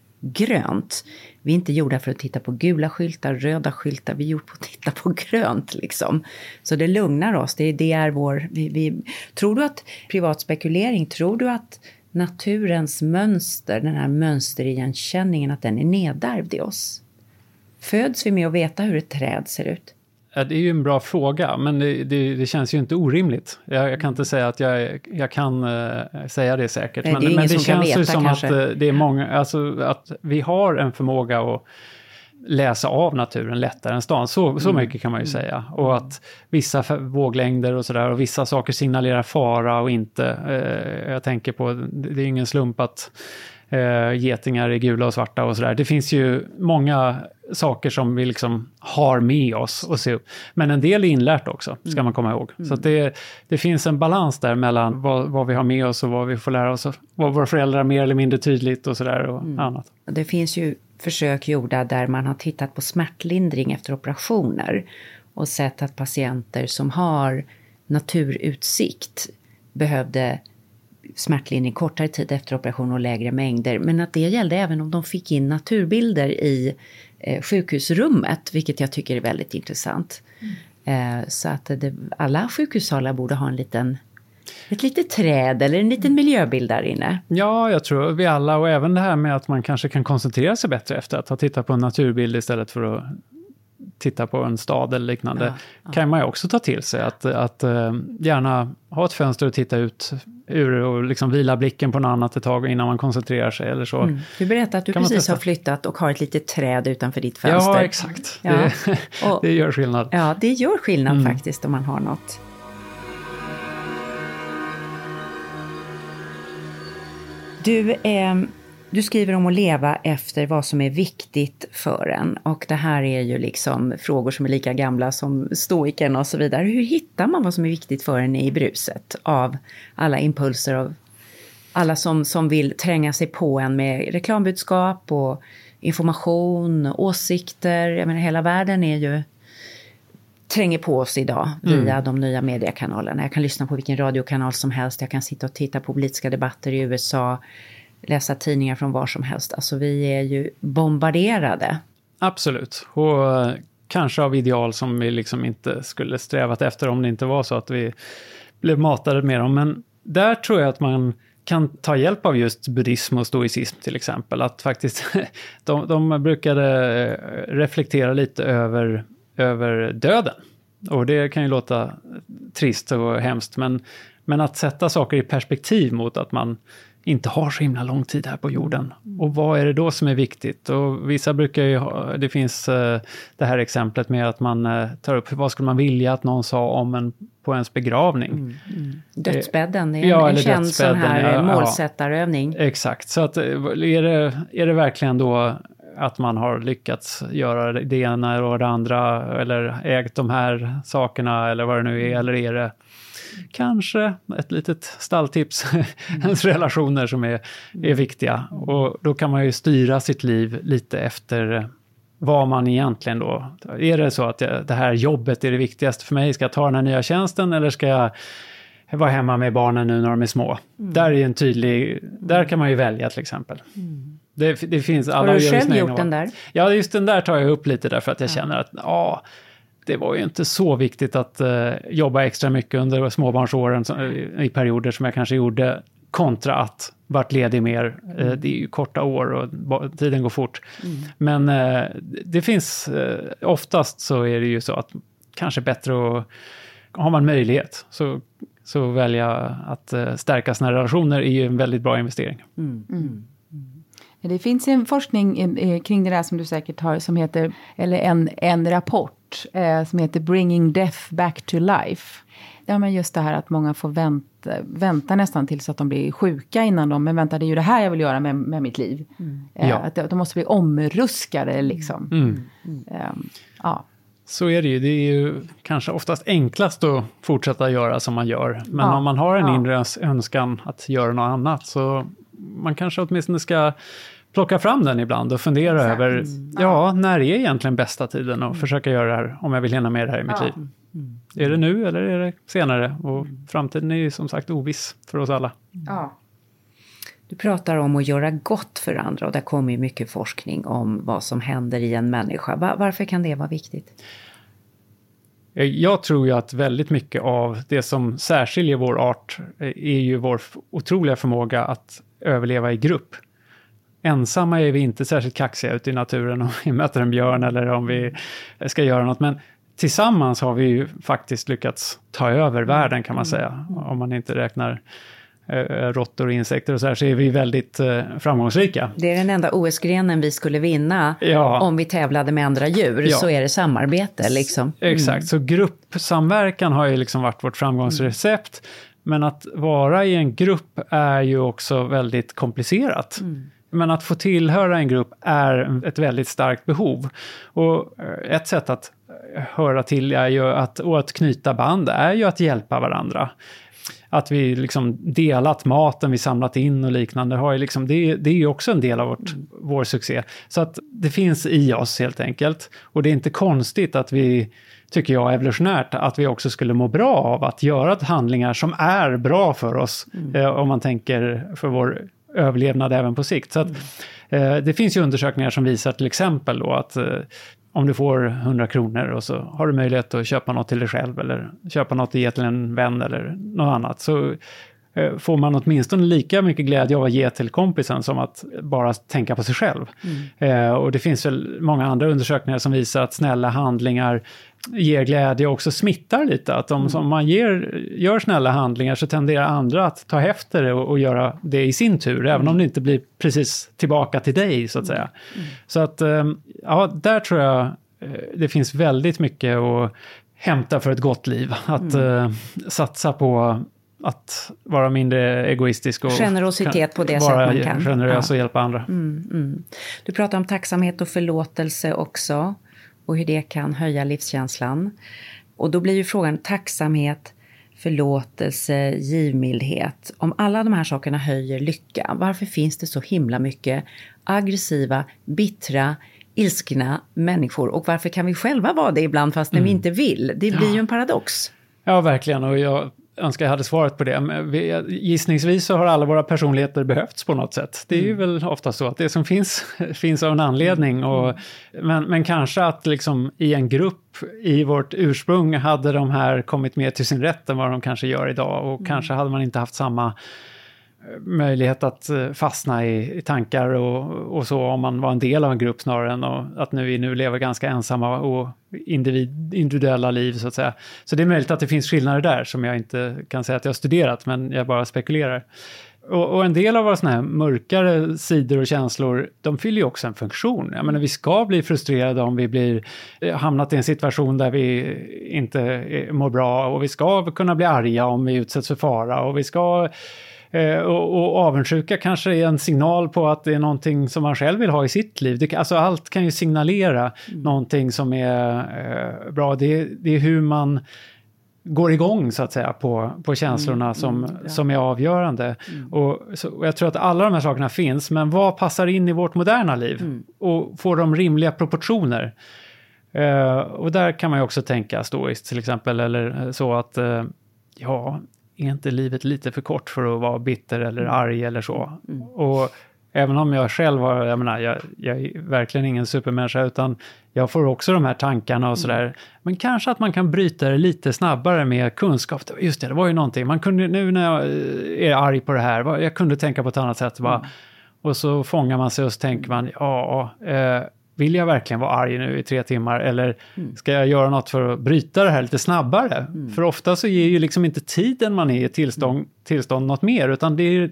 grönt. Vi är inte gjorda för att titta på gula skyltar, röda skyltar. Vi är gjorda för att titta på grönt liksom. Så det lugnar oss. Det, det är vår... Vi, vi, tror du att privat spekulering, tror du att naturens mönster, den här mönsterigenkänningen, att den är nedärvd i oss? Föds vi med att veta hur ett träd ser ut? Ja, det är ju en bra fråga, men det, det, det känns ju inte orimligt. Jag, jag kan inte säga att jag, jag kan uh, säga det säkert. Nej, men det, men det känns veta, ju som kanske. att uh, det är många, alltså att vi har en förmåga att läsa av naturen lättare än stan. Så, så mycket kan man ju säga. Och att vissa våglängder och sådär och vissa saker signalerar fara och inte. Uh, jag tänker på, det är ingen slump att uh, getingar är gula och svarta och sådär. Det finns ju många saker som vi liksom har med oss och se upp. Men en del är inlärt också, ska man komma ihåg. Mm. Så att det, det finns en balans där mellan vad, vad vi har med oss och vad vi får lära oss. Vad våra föräldrar mer eller mindre tydligt och sådär och mm. annat. Det finns ju försök gjorda där man har tittat på smärtlindring efter operationer och sett att patienter som har naturutsikt behövde smärtlindring kortare tid efter operation och lägre mängder. Men att det gällde även om de fick in naturbilder i eh, sjukhusrummet, vilket jag tycker är väldigt intressant. Mm. Eh, så att det, alla sjukhussalar borde ha en liten, ett litet träd eller en liten miljöbild där inne. Ja, jag tror vi alla, och även det här med att man kanske kan koncentrera sig bättre efter att ha tittat på en naturbild istället för att titta på en stad eller liknande, ja, ja. Kan man ju också ta till sig att, att uh, gärna ha ett fönster och titta ut ur och liksom vila blicken på något annat ett tag innan man koncentrerar sig eller så. Mm. Du berättade att du precis har flyttat och har ett litet träd utanför ditt fönster. Ja, exakt. Ja. Det, och, det gör skillnad. Ja, det gör skillnad mm. faktiskt om man har något. Du eh, Du skriver om att leva efter vad som är viktigt för en. Och det här är ju liksom frågor som är lika gamla som stoiken och så vidare. Hur hittar man vad som är viktigt för en i bruset av alla impulser av alla som, som vill tränga sig på en med reklambudskap och information, åsikter. Jag menar, hela världen är ju tränger på oss idag via mm. de nya mediekanalerna. Jag kan lyssna på vilken radiokanal som helst. Jag kan sitta och titta på politiska debatter i U S A, läsa tidningar från var som helst. Alltså vi är ju bombarderade. Absolut. Och kanske av ideal som vi liksom inte skulle strävat efter om det inte var så att vi blev matade med dem. Men där tror jag att man kan ta hjälp av just buddhism och stoicism till exempel. Att faktiskt de, de brukade reflektera lite över, över döden. Och det kan ju låta trist och hemskt. Men, men att sätta saker i perspektiv mot att man inte har så himla lång tid här på jorden. Och vad är det då som är viktigt? Och vissa brukar ju ha, det finns uh, det här exemplet med att man uh, tar upp, vad skulle man vilja att någon sa om en på ens begravning? Mm, mm. Dödsbädden, det är ja, en, en känd sån här ja, målsättarövning. Ja, exakt, så att, är, det, är det verkligen då att man har lyckats göra det ena och det andra eller ägt de här sakerna eller vad det nu är, eller är det kanske ett litet stalltips, mm. ens relationer som är, är viktiga. Och då kan man ju styra sitt liv lite efter, vad man egentligen då, är det så att jag, det här jobbet är det viktigaste för mig, ska jag ta den här nya tjänsten eller ska jag vara hemma med barnen nu när de är små? Mm. Där är en tydlig, där kan man ju välja till exempel. Mm. Det, det finns alla. Har du själv gjort den där? Ja, just den där tar jag upp lite därför att jag ja. känner att ja, det var ju inte så viktigt att uh, jobba extra mycket under småbarnsåren som, i perioder som jag kanske gjorde, kontra att vart ledig mer. Mm. Uh, det är ju korta år och tiden går fort. Mm. Men uh, det finns, uh, oftast så är det ju så att kanske bättre att, har man möjlighet så, så välja att uh, stärka sina relationer är ju en väldigt bra investering. Mm. Mm. Det finns en forskning kring det där som du säkert har som heter, eller en, en rapport eh, som heter Bringing Death Back to Life. Ja, men just det här att många får vänta, vänta nästan tills att de blir sjuka innan de, men vänta, det är ju det här jag vill göra med, med mitt liv. Mm. Eh, ja. Att de måste bli omruskade liksom. Mm. Mm. Eh, ja. Så är det ju. Det är ju kanske oftast enklast att fortsätta göra som man gör. Men ja. om man har en ja. inre önskan att göra något annat så man kanske åtminstone ska plocka fram den ibland och fundera Exakt. över, mm. ja, när är egentligen bästa tiden och mm. försöka göra det här om jag vill hinna med det här i mitt ja. liv. Mm. Är det nu eller är det senare? Och framtiden är ju som sagt oviss för oss alla. Ja. Du pratar om att göra gott för andra och där kommer ju mycket forskning om vad som händer i en människa. Var, varför kan det vara viktigt? Jag tror ju att väldigt mycket av det som särskiljer vår art är ju vår otroliga förmåga att överleva i grupp. Ensamma är vi inte särskilt kaxiga ute i naturen om vi möter en björn eller om vi ska göra något. Men tillsammans har vi ju faktiskt lyckats ta över världen kan man säga. Om man inte räknar äh, råttor och insekter och så här så är vi väldigt äh, framgångsrika. Det är den enda O S-grenen vi skulle vinna ja. om vi tävlade med andra djur. Ja. Så är det samarbete liksom. Mm. Exakt, så gruppsamverkan har ju liksom varit vårt framgångsrecept. Mm. Men att vara i en grupp är ju också väldigt komplicerat. Mm. Men att få tillhöra en grupp är ett väldigt starkt behov. Och ett sätt att höra till är ju att, och att knyta band är ju att hjälpa varandra. Att vi liksom delat maten vi samlat in och liknande. Har ju liksom, det, det är ju också en del av vårt, mm. vår succé. Så att det finns i oss helt enkelt. Och det är inte konstigt att vi, tycker jag evolutionärt, att vi också skulle må bra av att göra handlingar som är bra för oss. Mm. Eh, om man tänker för vår överlevnad även på sikt. Så att, eh, det finns ju undersökningar som visar till exempel då att eh, om du får hundra kronor och så har du möjlighet att köpa något till dig själv eller köpa något att ge till en vän eller något annat så eh, får man åtminstone lika mycket glädje av att ge till kompisen som att bara tänka på sig själv. Mm. Eh, och det finns väl många andra undersökningar som visar att snälla handlingar ger glädje och också smittar lite. Att om mm. som man ger, gör snälla handlingar så tenderar andra att ta efter det och, och göra det i sin tur. Mm. Även om det inte blir precis tillbaka till dig så att säga. Mm. Så att ja, där tror jag det finns väldigt mycket att hämta för ett gott liv. Att mm. uh, satsa på att vara mindre egoistisk och generositet på det sätt man kan. Vara generös ja. och hjälpa andra. Mm, mm. Du pratar om tacksamhet och förlåtelse också. Och hur det kan höja livskänslan. Och då blir ju frågan tacksamhet, förlåtelse, givmildhet. Om alla de här sakerna höjer lycka, varför finns det så himla mycket aggressiva, bittra, ilskna människor? Och varför kan vi själva vara det ibland fast när mm. vi inte vill? Det blir ja. ju en paradox. Ja, verkligen. Och jag önskar jag hade svaret på det. Men vi, gissningsvis så har alla våra personligheter behövts på något sätt. Det är mm. ju väl ofta så att det som finns, finns av en anledning. Mm. Och, men, men kanske att liksom i en grupp i vårt ursprung hade de här kommit mer till sin rätt än vad de kanske gör idag. Och mm. kanske hade man inte haft samma möjlighet att fastna i, i tankar och, och så om man var en del av en grupp snarare än och, att nu vi nu lever ganska ensamma och individ, individuella liv så att säga. Så det är möjligt att det finns skillnader där som jag inte kan säga att jag har studerat men jag bara spekulerar. Och, och en del av våra såna här mörkare sidor och känslor, de fyller ju också en funktion. Jag menar, vi ska bli frustrerade om vi blir hamnat i en situation där vi inte mår bra och vi ska kunna bli arga om vi utsätts för fara och vi ska Eh, och, och avundsjuka kanske är en signal på att det är någonting som man själv vill ha i sitt liv. Det, alltså allt kan ju signalera mm. någonting som är eh, bra. Det, det är hur man går igång så att säga på, på känslorna Mm, som, mm, som är avgörande. Mm. Och, så, och jag tror att alla de här sakerna finns, men vad passar in i vårt moderna liv? Mm. Och får de rimliga proportioner? Uh, och där kan man ju också tänka stoiskt till exempel, eller så att uh, ja, är inte livet lite för kort för att vara bitter eller Mm. arg eller så? Mm. Och även om jag själv har, jag menar, jag, jag är verkligen ingen supermänniska, utan jag får också de här tankarna och sådär. Mm. Men kanske att man kan bryta det lite snabbare med kunskap. Just det, det var ju någonting. Man kunde, nu när jag är arg på det här, jag kunde tänka på ett annat sätt. Bara, mm. Och så fångar man sig och så tänker man, ja, eh, vill jag verkligen vara arg nu i tre timmar? Eller mm. ska jag göra något för att bryta det här lite snabbare? Mm. För ofta så ger ju liksom inte tiden man är i tillstånd, mm. tillstånd något mer, utan det är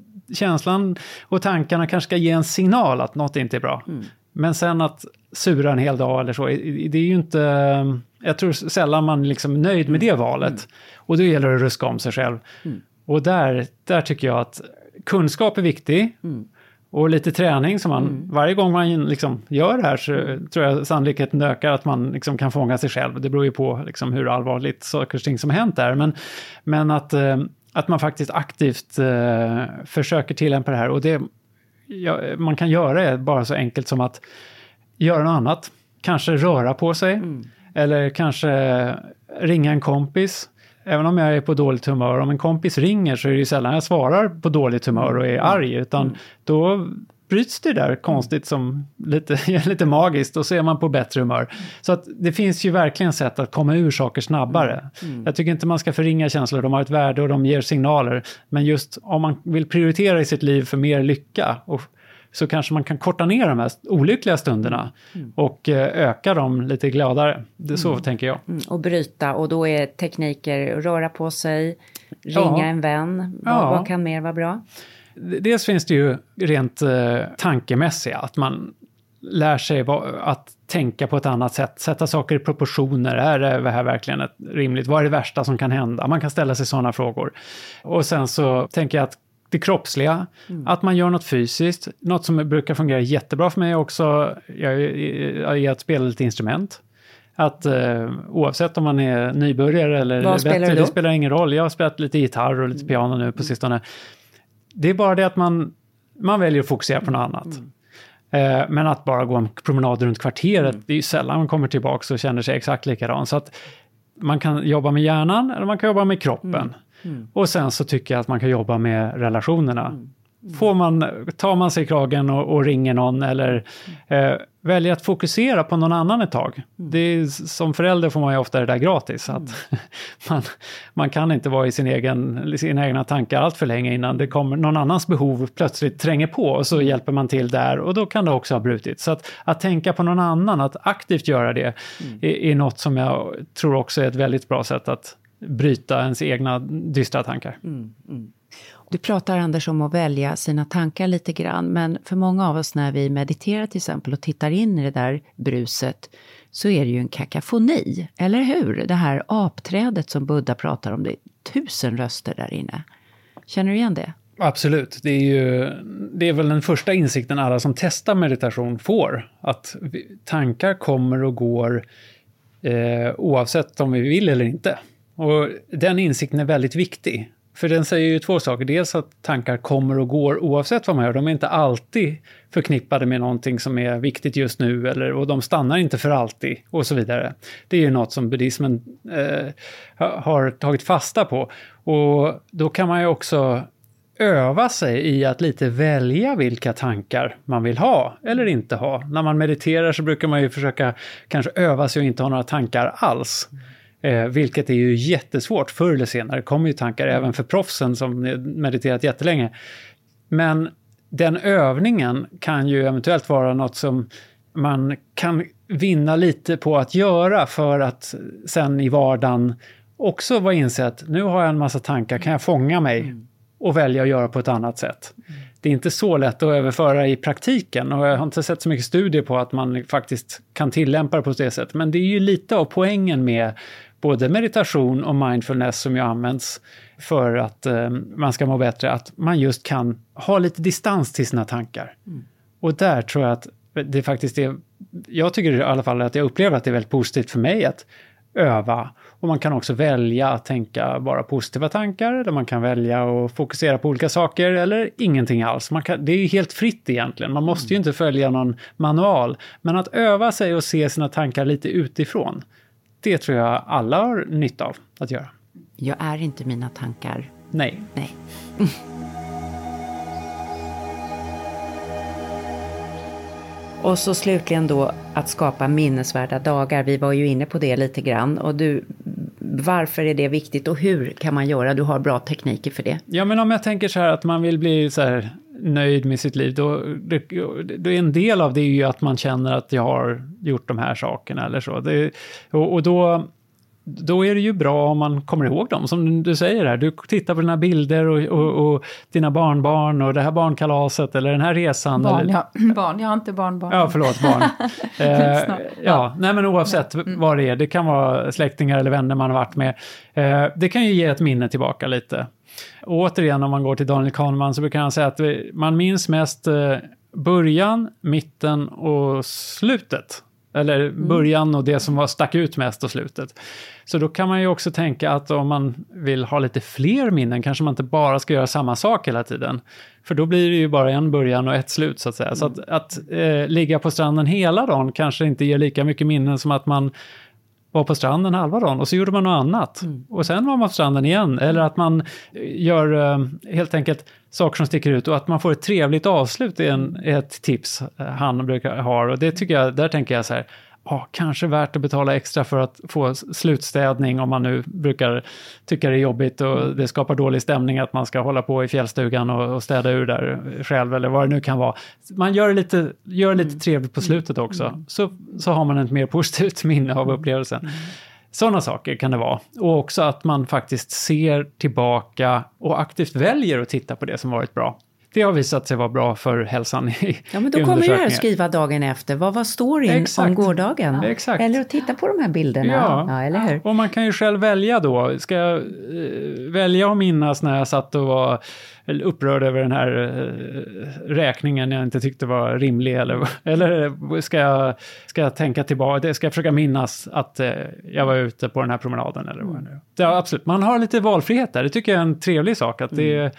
känslan och tankarna kanske ska ge en signal att något inte är bra. Mm. Men sen att sura en hel dag eller så, det är ju inte, jag tror sällan man liksom är nöjd med det valet. Mm. Och då gäller det att ruska om sig själv. Mm. Och där, där tycker jag att kunskap är viktig. Mm. Och lite träning som man, mm. varje gång man liksom gör det här så mm. tror jag sannolikheten ökar att man liksom kan fånga sig själv. Det beror ju på liksom hur allvarligt saker och ting som hänt där. Men, men att, att man faktiskt aktivt uh, försöker tillämpa det här. Och det ja, man kan göra det bara så enkelt som att göra något annat. Kanske röra på sig. Mm. Eller kanske ringa en kompis. Även om jag är på dåligt humör, om en kompis ringer så är det ju sällan jag svarar på dåligt humör och är arg, utan mm. då bryts det där konstigt som lite, lite magiskt, och så är man på bättre humör. Mm. Så att det finns ju verkligen sätt att komma ur saker snabbare. Mm. Mm. Jag tycker inte man ska förringa känslor, de har ett värde och de ger signaler. Men just om man vill prioritera i sitt liv för mer lycka, och så kanske man kan korta ner de här olyckliga stunderna mm. och öka dem lite gladare. Det är så mm. tänker jag. Mm. Och bryta, och då är tekniker röra på sig, ringa ja. en vän. Vad, ja. vad kan mer vara bra? Dels finns det ju rent eh, tankemässiga, att man lär sig va, att tänka på ett annat sätt, sätta saker i proportioner. Är det här verkligen ett rimligt? Vad är det värsta som kan hända? Man kan ställa sig sådana frågor. Och sen så tänker jag att det kroppsliga, mm. att man gör något fysiskt. Något som brukar fungera jättebra för mig också, jag är att spela lite instrument. Att eh, oavsett om man är nybörjare eller Vad spelar bättre, du då? Det spelar ingen roll. Jag har spelat lite gitarr och lite piano nu på sistone. Det är bara det att man, man väljer att fokusera på något annat. Mm. Eh, men att bara gå en promenad runt kvarteret, mm. det är ju sällan man kommer tillbaka och känner sig exakt likadan. Så att man kan jobba med hjärnan eller man kan jobba med kroppen. Mm. Mm. Och sen så tycker jag att man kan jobba med relationerna. Mm. Mm. Får man, tar man sig i kragen och, och ringer någon eller mm. eh, väljer att fokusera på någon annan ett tag. Mm. Det är, som förälder får man ju ofta det där gratis. Mm. Att man, man kan inte vara i sin egen, sina egna tankar allt för länge innan det kommer någon annans behov plötsligt tränger på, och så hjälper man till där, och då kan det också ha brutit. Så att, att tänka på någon annan, att aktivt göra det mm. är, är något som jag tror också är ett väldigt bra sätt att bryta ens egna dystra tankar. Mm, mm. Du pratar, Anders, om att välja sina tankar lite grann, men för många av oss när vi mediterar till exempel och tittar in i det där bruset, så är det ju en kakafoni, eller hur? Det här apträdet som Buddha pratar om, det är tusen röster där inne. Känner du igen det? Absolut, det är ju det är väl den första insikten alla som testar meditation får, att tankar kommer och går eh, oavsett om vi vill eller inte. Och den insikten är väldigt viktig. För den säger ju två saker. Dels att tankar kommer och går oavsett vad man gör. De är inte alltid förknippade med någonting som är viktigt just nu. Eller, och de stannar inte för alltid och så vidare. Det är ju något som buddhismen eh, har tagit fasta på. Och då kan man ju också öva sig i att lite välja vilka tankar man vill ha eller inte ha. När man mediterar så brukar man ju försöka kanske öva sig och inte ha några tankar alls. Eh, vilket är ju jättesvårt förr eller senare. Det kommer ju tankar även för proffsen som mediterat jättelänge. Men den övningen kan ju eventuellt vara något som man kan vinna lite på att göra, för att sen i vardagen också vara insett, nu har jag en massa tankar, kan jag fånga mig och välja att göra på ett annat sätt. Det är inte så lätt att överföra i praktiken, och jag har inte sett så mycket studier på att man faktiskt kan tillämpa det på det sättet. Men det är ju lite av poängen med både meditation och mindfulness som ju används för att eh, man ska må bättre, att man just kan ha lite distans till sina tankar. Mm. Och där tror jag att det faktiskt är, jag tycker i alla fall att jag upplever att det är väldigt positivt för mig att öva. Och man kan också välja att tänka bara positiva tankar, eller man kan välja att fokusera på olika saker eller ingenting alls. Man kan, det är ju helt fritt egentligen, man måste ju inte följa någon manual. Men att öva sig och se sina tankar lite utifrån, det tror jag alla har nytta av att göra. Jag är inte mina tankar. Nej. Nej. Och så slutligen då att skapa minnesvärda dagar. Vi var ju inne på det lite grann. Och du, varför är det viktigt och hur kan man göra? Du har bra tekniker för det. Ja, men om jag tänker så här att man vill bli så här nöjd med sitt liv. Då, det, då är en del av det är ju att man känner att jag har gjort de här sakerna eller så. Det, och, och då... Då är det ju bra om man kommer ihåg dem. Som du säger här, du tittar på dina bilder och, och, och dina barnbarn och det här barnkalaset eller den här resan. Barn, eller... ja, barn, jag har inte barnbarn. Ja, förlåt, barn. eh, ja, nej men oavsett mm. vad det är. Det kan vara släktingar eller vänner man har varit med. Eh, det kan ju ge ett minne tillbaka lite. Och återigen, om man går till Daniel Kahneman så brukar han säga att man minns mest eh, början, mitten och slutet. Eller början och det som var stack ut mest och slutet. Så då kan man ju också tänka att om man vill ha lite fler minnen kanske man inte bara ska göra samma sak hela tiden. För då blir det ju bara en början och ett slut så att säga. Mm. Så att, att eh, ligga på stranden hela dagen kanske inte ger lika mycket minnen som att man var på stranden halva dagen och så gjorde man något annat. Mm. Och sen var man på stranden igen. Eller att man gör eh, helt enkelt saker som sticker ut och att man får ett trevligt avslut är en, ett tips han brukar ha. Och det tycker jag, där tänker jag så här, ja, kanske värt att betala extra för att få slutstädning om man nu brukar tycka det är jobbigt och det skapar dålig stämning att man ska hålla på i fjällstugan och, och städa ur där själv eller vad det nu kan vara. Man gör det lite, gör det lite trevligt på slutet också. Så, så har man ett mer positivt minne av upplevelsen. Sådana saker kan det vara. Och också att man faktiskt ser tillbaka och aktivt väljer att titta på det som varit bra. Det har visat sig vara bra för hälsan i Ja, men då kommer du här skriva dagen efter. Vad var storyn Exakt. om gårdagen? Ja. Exakt. Eller att titta på de här bilderna. Ja. Ja, eller hur? Och man kan ju själv välja då. Ska jag eh, välja att minnas när jag satt och var upprörd över den här eh, räkningen jag inte tyckte var rimlig? Eller, eller ska, jag, ska jag tänka tillbaka? Ska jag försöka minnas att eh, jag var ute på den här promenaden? Eller vad nu? Ja, absolut. Man har lite valfrihet där. Det tycker jag är en trevlig sak. Att det är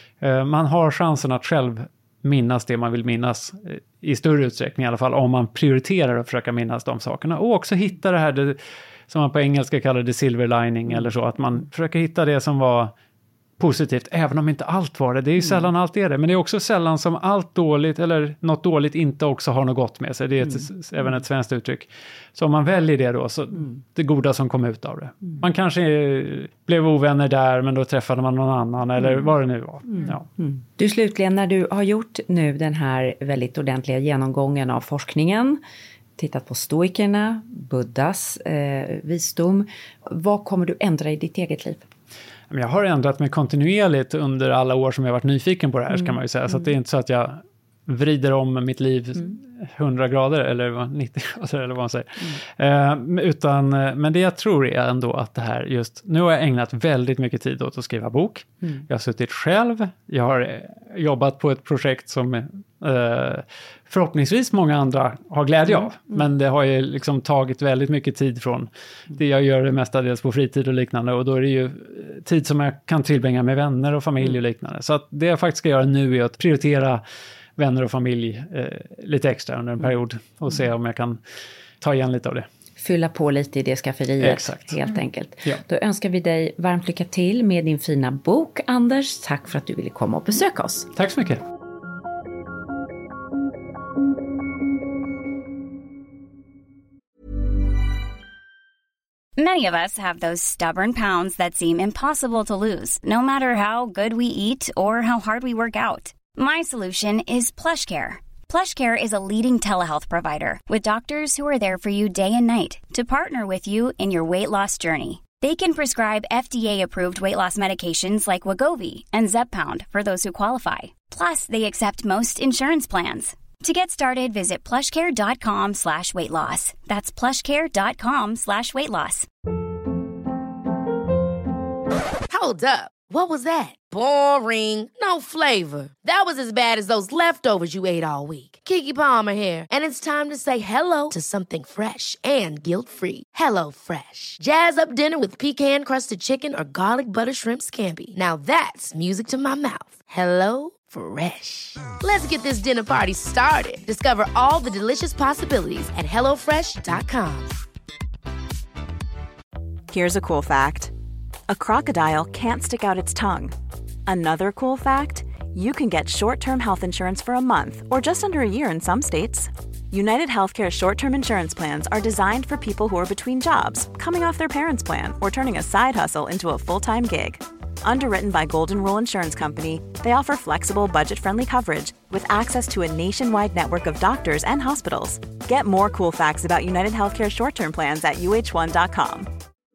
man har chansen att själv minnas det man vill minnas i större utsträckning i alla fall om man prioriterar att försöka minnas de sakerna och också hitta det här det, som man på engelska kallar det silver lining eller så, att man försöker hitta det som var positivt, även om inte allt var det. Det är ju sällan mm. allt är det, men det är också sällan som allt dåligt eller något dåligt inte också har något gott med sig. Det är ett, mm. även ett svenskt uttryck. Så om man väljer det då, så mm. det goda som kom ut av det. Mm. Man kanske blev ovänner där, men då träffade man någon annan eller mm. vad det nu var. Mm. Ja. Mm. Du slutligen, när du har gjort nu den här väldigt ordentliga genomgången av forskningen, tittat på stoikerna, Buddhas eh, visdom, vad kommer du ändra i ditt eget liv? Jag har ändrat mig kontinuerligt under alla år som jag varit nyfiken på det här, mm. kan man ju säga. Så att det är inte så att jag vrider om mitt liv mm. hundra grader eller nittio grader eller vad man säger. Mm. Eh, utan, men det jag tror är ändå att det här just, nu har jag ägnat väldigt mycket tid åt att skriva bok. Mm. Jag har suttit själv, jag har jobbat på ett projekt som eh, förhoppningsvis många andra har glädje av. Mm. Mm. Men det har ju liksom tagit väldigt mycket tid från det jag gör det mestadels på fritid och liknande. Och då är det ju tid som jag kan tillbringa med vänner och familj och liknande. Så att det jag faktiskt ska göra nu är att prioritera vänner och familj eh, lite extra under en period och se om jag kan ta igen lite av det. Fylla på lite i det skafferiet. Exakt. Helt enkelt. Ja. Då önskar vi dig varmt lycka till med din fina bok, Anders. Tack för att du ville komma och besöka oss. Tack så mycket. Many of us have those stubborn pounds that seem impossible to lose, no matter how good we eat or how hard we work out. My solution is PlushCare. PlushCare is a leading telehealth provider with doctors who are there for you day and night to partner with you in your weight loss journey. They can prescribe F D A-approved weight loss medications like Wegovy and Zepbound for those who qualify. Plus, they accept most insurance plans. To get started, visit plushcare.com slash weight loss. That's plushcare.com slash weight loss. Hold up. What was that? Boring. No flavor. That was as bad as those leftovers you ate all week. Keke Palmer here, and it's time to say hello to something fresh and guilt-free. Hello Fresh. Jazz up dinner with pecan-crusted chicken or garlic butter shrimp scampi. Now that's music to my mouth. Hello Fresh. Let's get this dinner party started. Discover all the delicious possibilities at hello fresh dot com. Here's a cool fact. A crocodile can't stick out its tongue. Another cool fact, you can get short-term health insurance for a month or just under a year in some states. United Healthcare short-term insurance plans are designed for people who are between jobs, coming off their parents' plan, or turning a side hustle into a full-time gig. Underwritten by Golden Rule Insurance Company, they offer flexible, budget-friendly coverage with access to a nationwide network of doctors and hospitals. Get more cool facts about United Healthcare short-term plans at u h one dot com.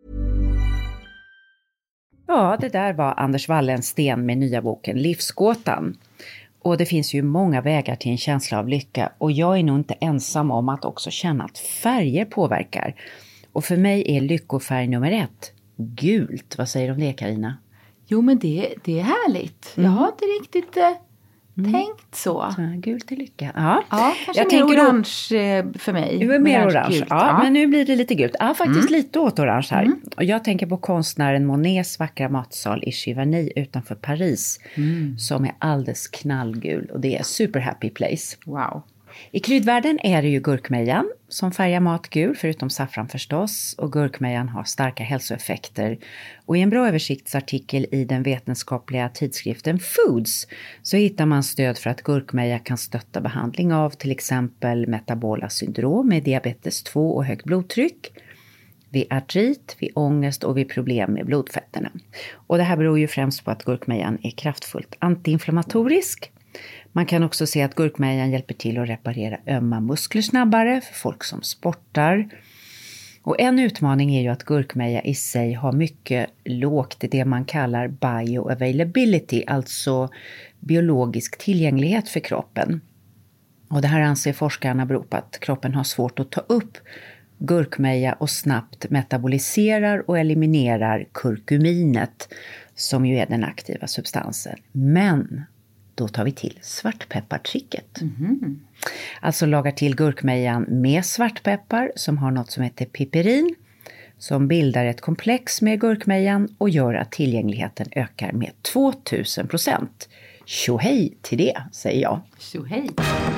Ja, det där var Anders Wallensten med nya boken Livsgåtan. Och det finns ju många vägar till en känsla av lycka. Och jag är nog inte ensam om att också känna att färger påverkar. Och för mig är lyckofärg nummer ett gult. Vad säger du om det, Carina? Jo, men det, det är härligt. Mm. Jag har inte riktigt eh, mm. tänkt så. så. Gult är lycka. Ja, ja kanske jag mer orange då, för mig. Du är mer orange. orange. Ja, ja, men nu blir det lite gult. Ja, faktiskt mm. lite åt orange här. Mm. Och jag tänker på konstnären Monets vackra matsal i Giverny utanför Paris. Mm. Som är alldeles knallgul. Och det är super happy place. Wow. I kryddvärlden är det ju gurkmejan som färgar mat gul, förutom saffran förstås. Och gurkmejan har starka hälsoeffekter. Och i en bra översiktsartikel i den vetenskapliga tidskriften Foods så hittar man stöd för att gurkmeja kan stötta behandling av till exempel metabola syndrom med diabetes två och högt blodtryck, vid artrit, vid ångest och vid problem med blodfetterna. Och det här beror ju främst på att gurkmejan är kraftfullt antiinflammatorisk. Man kan också se att gurkmejan hjälper till att reparera ömma muskler snabbare för folk som sportar. Och en utmaning är ju att gurkmeja i sig har mycket lågt i det man kallar bioavailability, alltså biologisk tillgänglighet för kroppen. Och det här anser forskarna beror på att kroppen har svårt att ta upp gurkmeja och snabbt metaboliserar och eliminerar kurkuminet som ju är den aktiva substansen. Men då tar vi till svartpeppartricket. Mm. Alltså lagar till gurkmejan med svartpeppar som har något som heter piperin. Som bildar ett komplex med gurkmejan och gör att tillgängligheten ökar med tvåtusen procent. Tjohej till det, säger jag. Tjohej!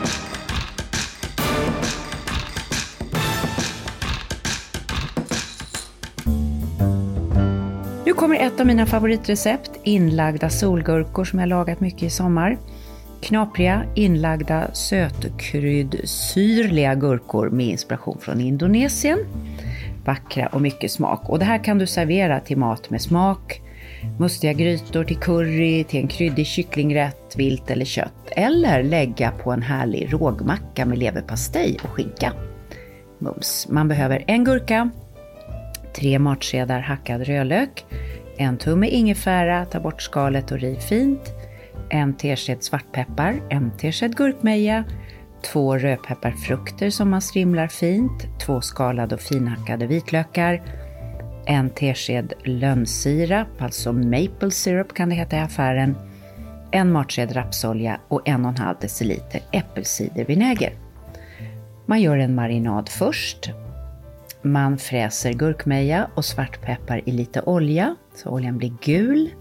Nu kommer ett av mina favoritrecept, inlagda solgurkor som jag lagat mycket i sommar. Knapriga, inlagda, sötkryddsyrliga gurkor med inspiration från Indonesien. Vackra och mycket smak. Och det här kan du servera till mat med smak. Mustiga grytor till curry, till en kryddig kycklingrätt, vilt eller kött. Eller lägga på en härlig rågmacka med leverpastej och skinka. Mums. Man behöver en gurka. Tre matskedar hackad rödlök, en tumme ingefära, ta bort skalet och riv fint, en tesked svartpeppar, en tesked gurkmeja, två rödpepparfrukter som man strimlar fint, två skalade och finhackade vitlökar, en tesked lönnsirap, alltså maple syrup kan det heta i affären, en matsked rapsolja och en och en halv deciliter äppelcidervinäger. Man gör en marinad först. Man fräser gurkmeja och svartpeppar i lite olja så oljan blir gul.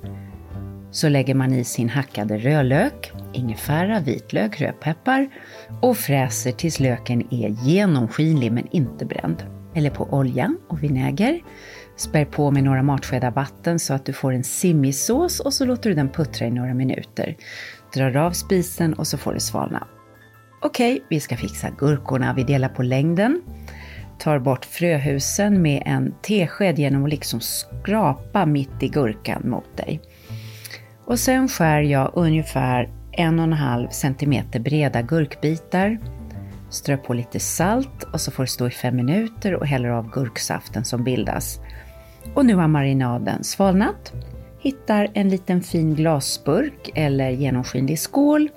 Så lägger man i sin hackade rödlök, ingefära, vitlök, rödpeppar och fräser tills löken är genomskinlig men inte bränd. Eller på olja och vinäger. Spär på med några matskedar vatten så att du får en simmig sås och så låter du den puttra i några minuter. Drar av spisen och så får det svalna. Okej, vi ska fixa gurkorna. Vi delar på längden. Tar bort fröhusen med en tesked genom att liksom skrapa mitt i gurkan mot dig. Och sen skär jag ungefär en och en halv centimeter breda gurkbitar. Strö på lite salt och så får det stå i fem minuter och häller av gurksaften som bildas. Och nu har marinaden svalnat. Hittar en liten fin glasburk eller genomskinlig skål.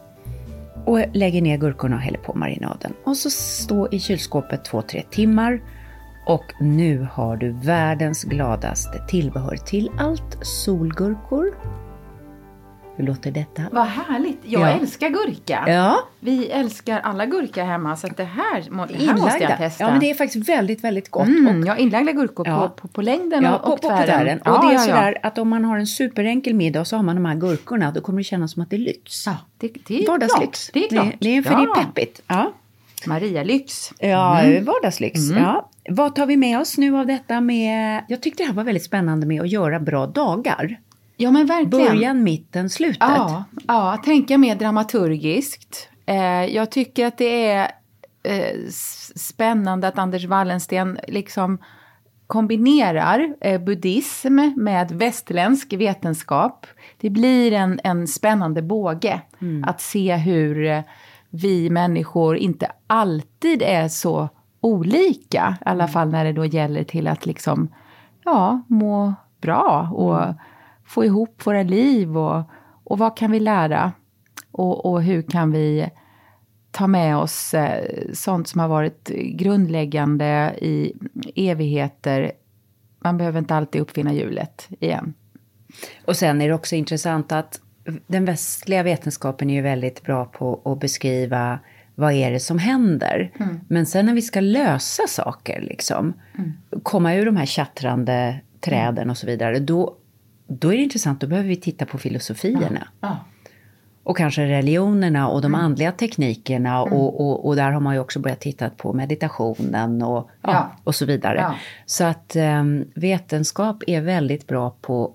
Och lägger ner gurkorna och häller på marinaden. Och så stå i kylskåpet två till tre timmar. Och nu har du världens gladaste tillbehör till allt, solgurkor. Hur låter detta? Vad härligt. Jag Ja. älskar gurka. Ja. Vi älskar alla gurka hemma, så att det här, må, det här Inlagda. måste jag testa. Ja, men det är faktiskt väldigt, väldigt gott. Mm, Och, jag har inlagda gurkor Ja. på, på, på längden ja, och, på, och på, på tvären. tvären. Ja, Och det är ja, sådär ja. att om man har en superenkel middag och så har man de här gurkorna, då kommer det kännas som att det är lyx. Ja, det, det är Vardagslyx. klart. Det är klart. Det, det är för ja. det är peppigt. Ja. Maria Lyx. Ja, Mm. vardagslyx. Ja. Vad tar vi med oss nu av detta med... Jag tyckte det här var väldigt spännande med att göra bra dagar. Ja, men verkligen. Början, mitten, slutet. Ja, ja, tänka mer dramaturgiskt. Eh, jag tycker att det är eh, spännande att Anders Wallensten liksom kombinerar eh, buddhism med västerländsk vetenskap. Det blir en, en spännande båge mm. att se hur eh, vi människor inte alltid är så olika. I alla fall när det då gäller till att liksom, ja, må bra och mm. få ihop våra liv och, och vad kan vi lära och, och hur kan vi ta med oss eh, sånt som har varit grundläggande i evigheter. Man behöver inte alltid uppfinna hjulet igen. Och sen är det också intressant att den västliga vetenskapen är ju väldigt bra på att beskriva vad är det som händer. Mm. Men sen när vi ska lösa saker liksom, mm. komma ur de här tjattrande träden och så vidare, då, då är det intressant, då behöver vi titta på filosofierna. Ja. Ja. Och kanske religionerna och de mm. andliga teknikerna Mm. och, och, och där har man ju också börjat titta på meditationen och, ja. Ja. och så vidare. Ja. Så att um, vetenskap är väldigt bra på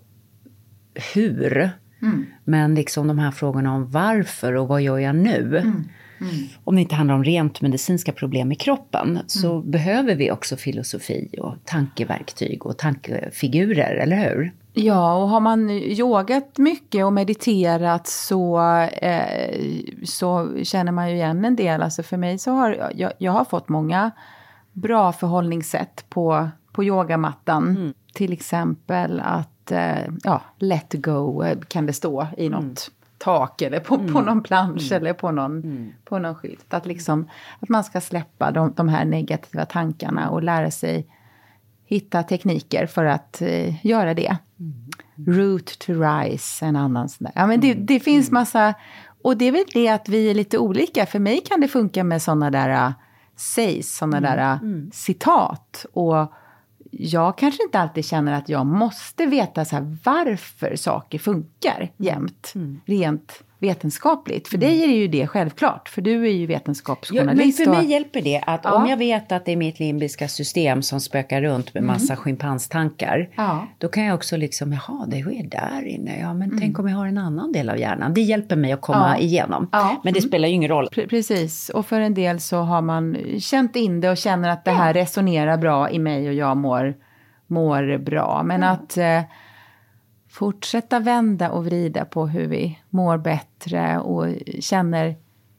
hur, mm. men liksom de här frågorna om varför och vad gör jag nu? Mm. Mm. Om det inte handlar om rent medicinska problem i kroppen mm. så behöver vi också filosofi och tankeverktyg och tankefigurer, eller hur? Ja, och har man yogat mycket och mediterat så, eh, så känner man ju igen en del. Alltså för mig så har jag, jag har fått många bra förhållningssätt på, på yogamattan. Mm. Till exempel att eh, ja, let go kan det stå i något mm. tak eller på, mm. på någon plansch mm. eller på någon, mm. på någon skylt. Att, liksom, att man ska släppa de, de här negativa tankarna och lära sig hitta tekniker för att eh, göra det. Mm. Root to rise, en annan sån där. Ja, men det, det finns massa, och det är väl det att vi är lite olika. För mig kan det funka med sådana där uh, sägs, sådana mm. där uh, mm. citat. Och jag kanske inte alltid känner att jag måste veta så här varför saker funkar jämt. Mm. Rent vetenskapligt. För mm. dig är det ju det självklart. För du är ju vetenskapsjournalist. Ja, men för och... mig hjälper det att ja. om jag vet att det är mitt limbiska system som spökar runt med massa mm. schimpanstankar. Ja. Då kan jag också liksom, jaha, det är där inne. Ja, men mm. tänk om jag har en annan del av hjärnan. Det hjälper mig att komma ja. igenom. Ja. Men det mm. spelar ju ingen roll. Pre- precis. Och för en del så har man känt in det och känner att det här ja. resonerar bra i mig och jag mår, mår bra. Men mm. att... Eh, fortsätta vända och vrida på hur vi mår bättre och känner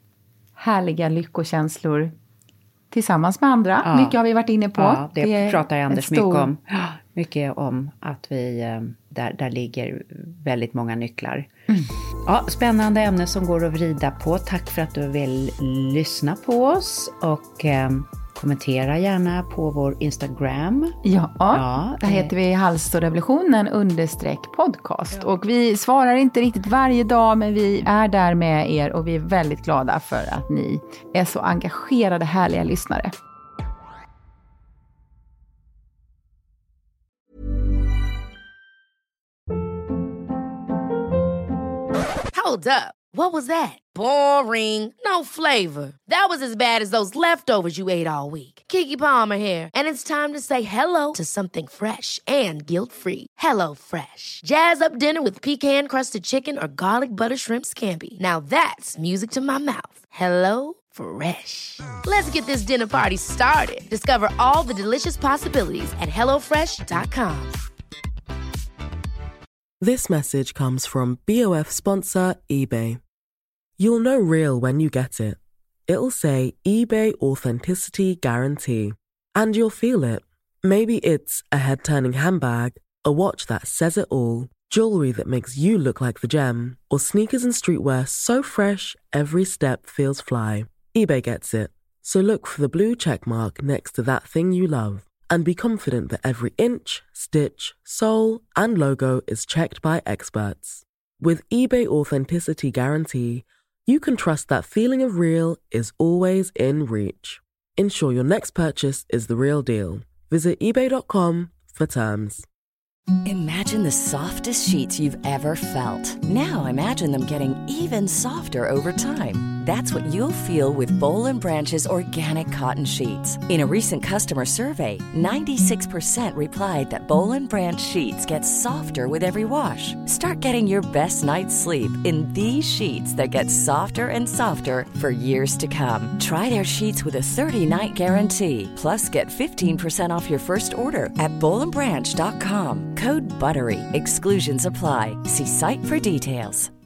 härliga lyckokänslor tillsammans med andra. Ja. Mycket har vi varit inne på. Ja, det, det pratar jag Anders stor... mycket om. Mycket om att vi, där, där ligger väldigt många nycklar. Mm. Ja, spännande ämne som går att vrida på. Tack för att du vill lyssna på oss och... kommentera gärna på vår Instagram. Ja, ja där heter vi Halstorrevolutionen understreck podcast. Ja. Och vi svarar inte riktigt varje dag, men vi är där med er och vi är väldigt glada för att ni är så engagerade, härliga lyssnare. Hold up. What was that? Boring. No flavor. That was as bad as those leftovers you ate all week. Keke Palmer here. And it's time to say hello to something fresh and guilt-free. Hello Fresh. Jazz up dinner with pecan-crusted chicken or garlic butter shrimp scampi. Now that's music to my mouth. Hello Fresh. Let's get this dinner party started. Discover all the delicious possibilities at hello fresh dot com. This message comes from B O F sponsor eBay. You'll know real when you get it. It'll say eBay Authenticity Guarantee. And you'll feel it. Maybe it's a head-turning handbag, a watch that says it all, jewelry that makes you look like the gem, or sneakers and streetwear so fresh every step feels fly. eBay gets it. So look for the blue check mark next to that thing you love. and be confident that every inch, stitch, sole, and logo is checked by experts. With eBay Authenticity Guarantee, you can trust that feeling of real is always in reach. Ensure your next purchase is the real deal. Visit ebay dot com for terms. Imagine the softest sheets you've ever felt. Now imagine them getting even softer over time. That's what you'll feel with Boll and Branch's organic cotton sheets. In a recent customer survey, ninety-six percent replied that Boll and Branch sheets get softer with every wash. Start getting your best night's sleep in these sheets that get softer and softer for years to come. Try their sheets with a thirty-night guarantee. Plus, get fifteen percent off your first order at boll and branch dot com. Code BUTTERY. Exclusions apply. See site for details.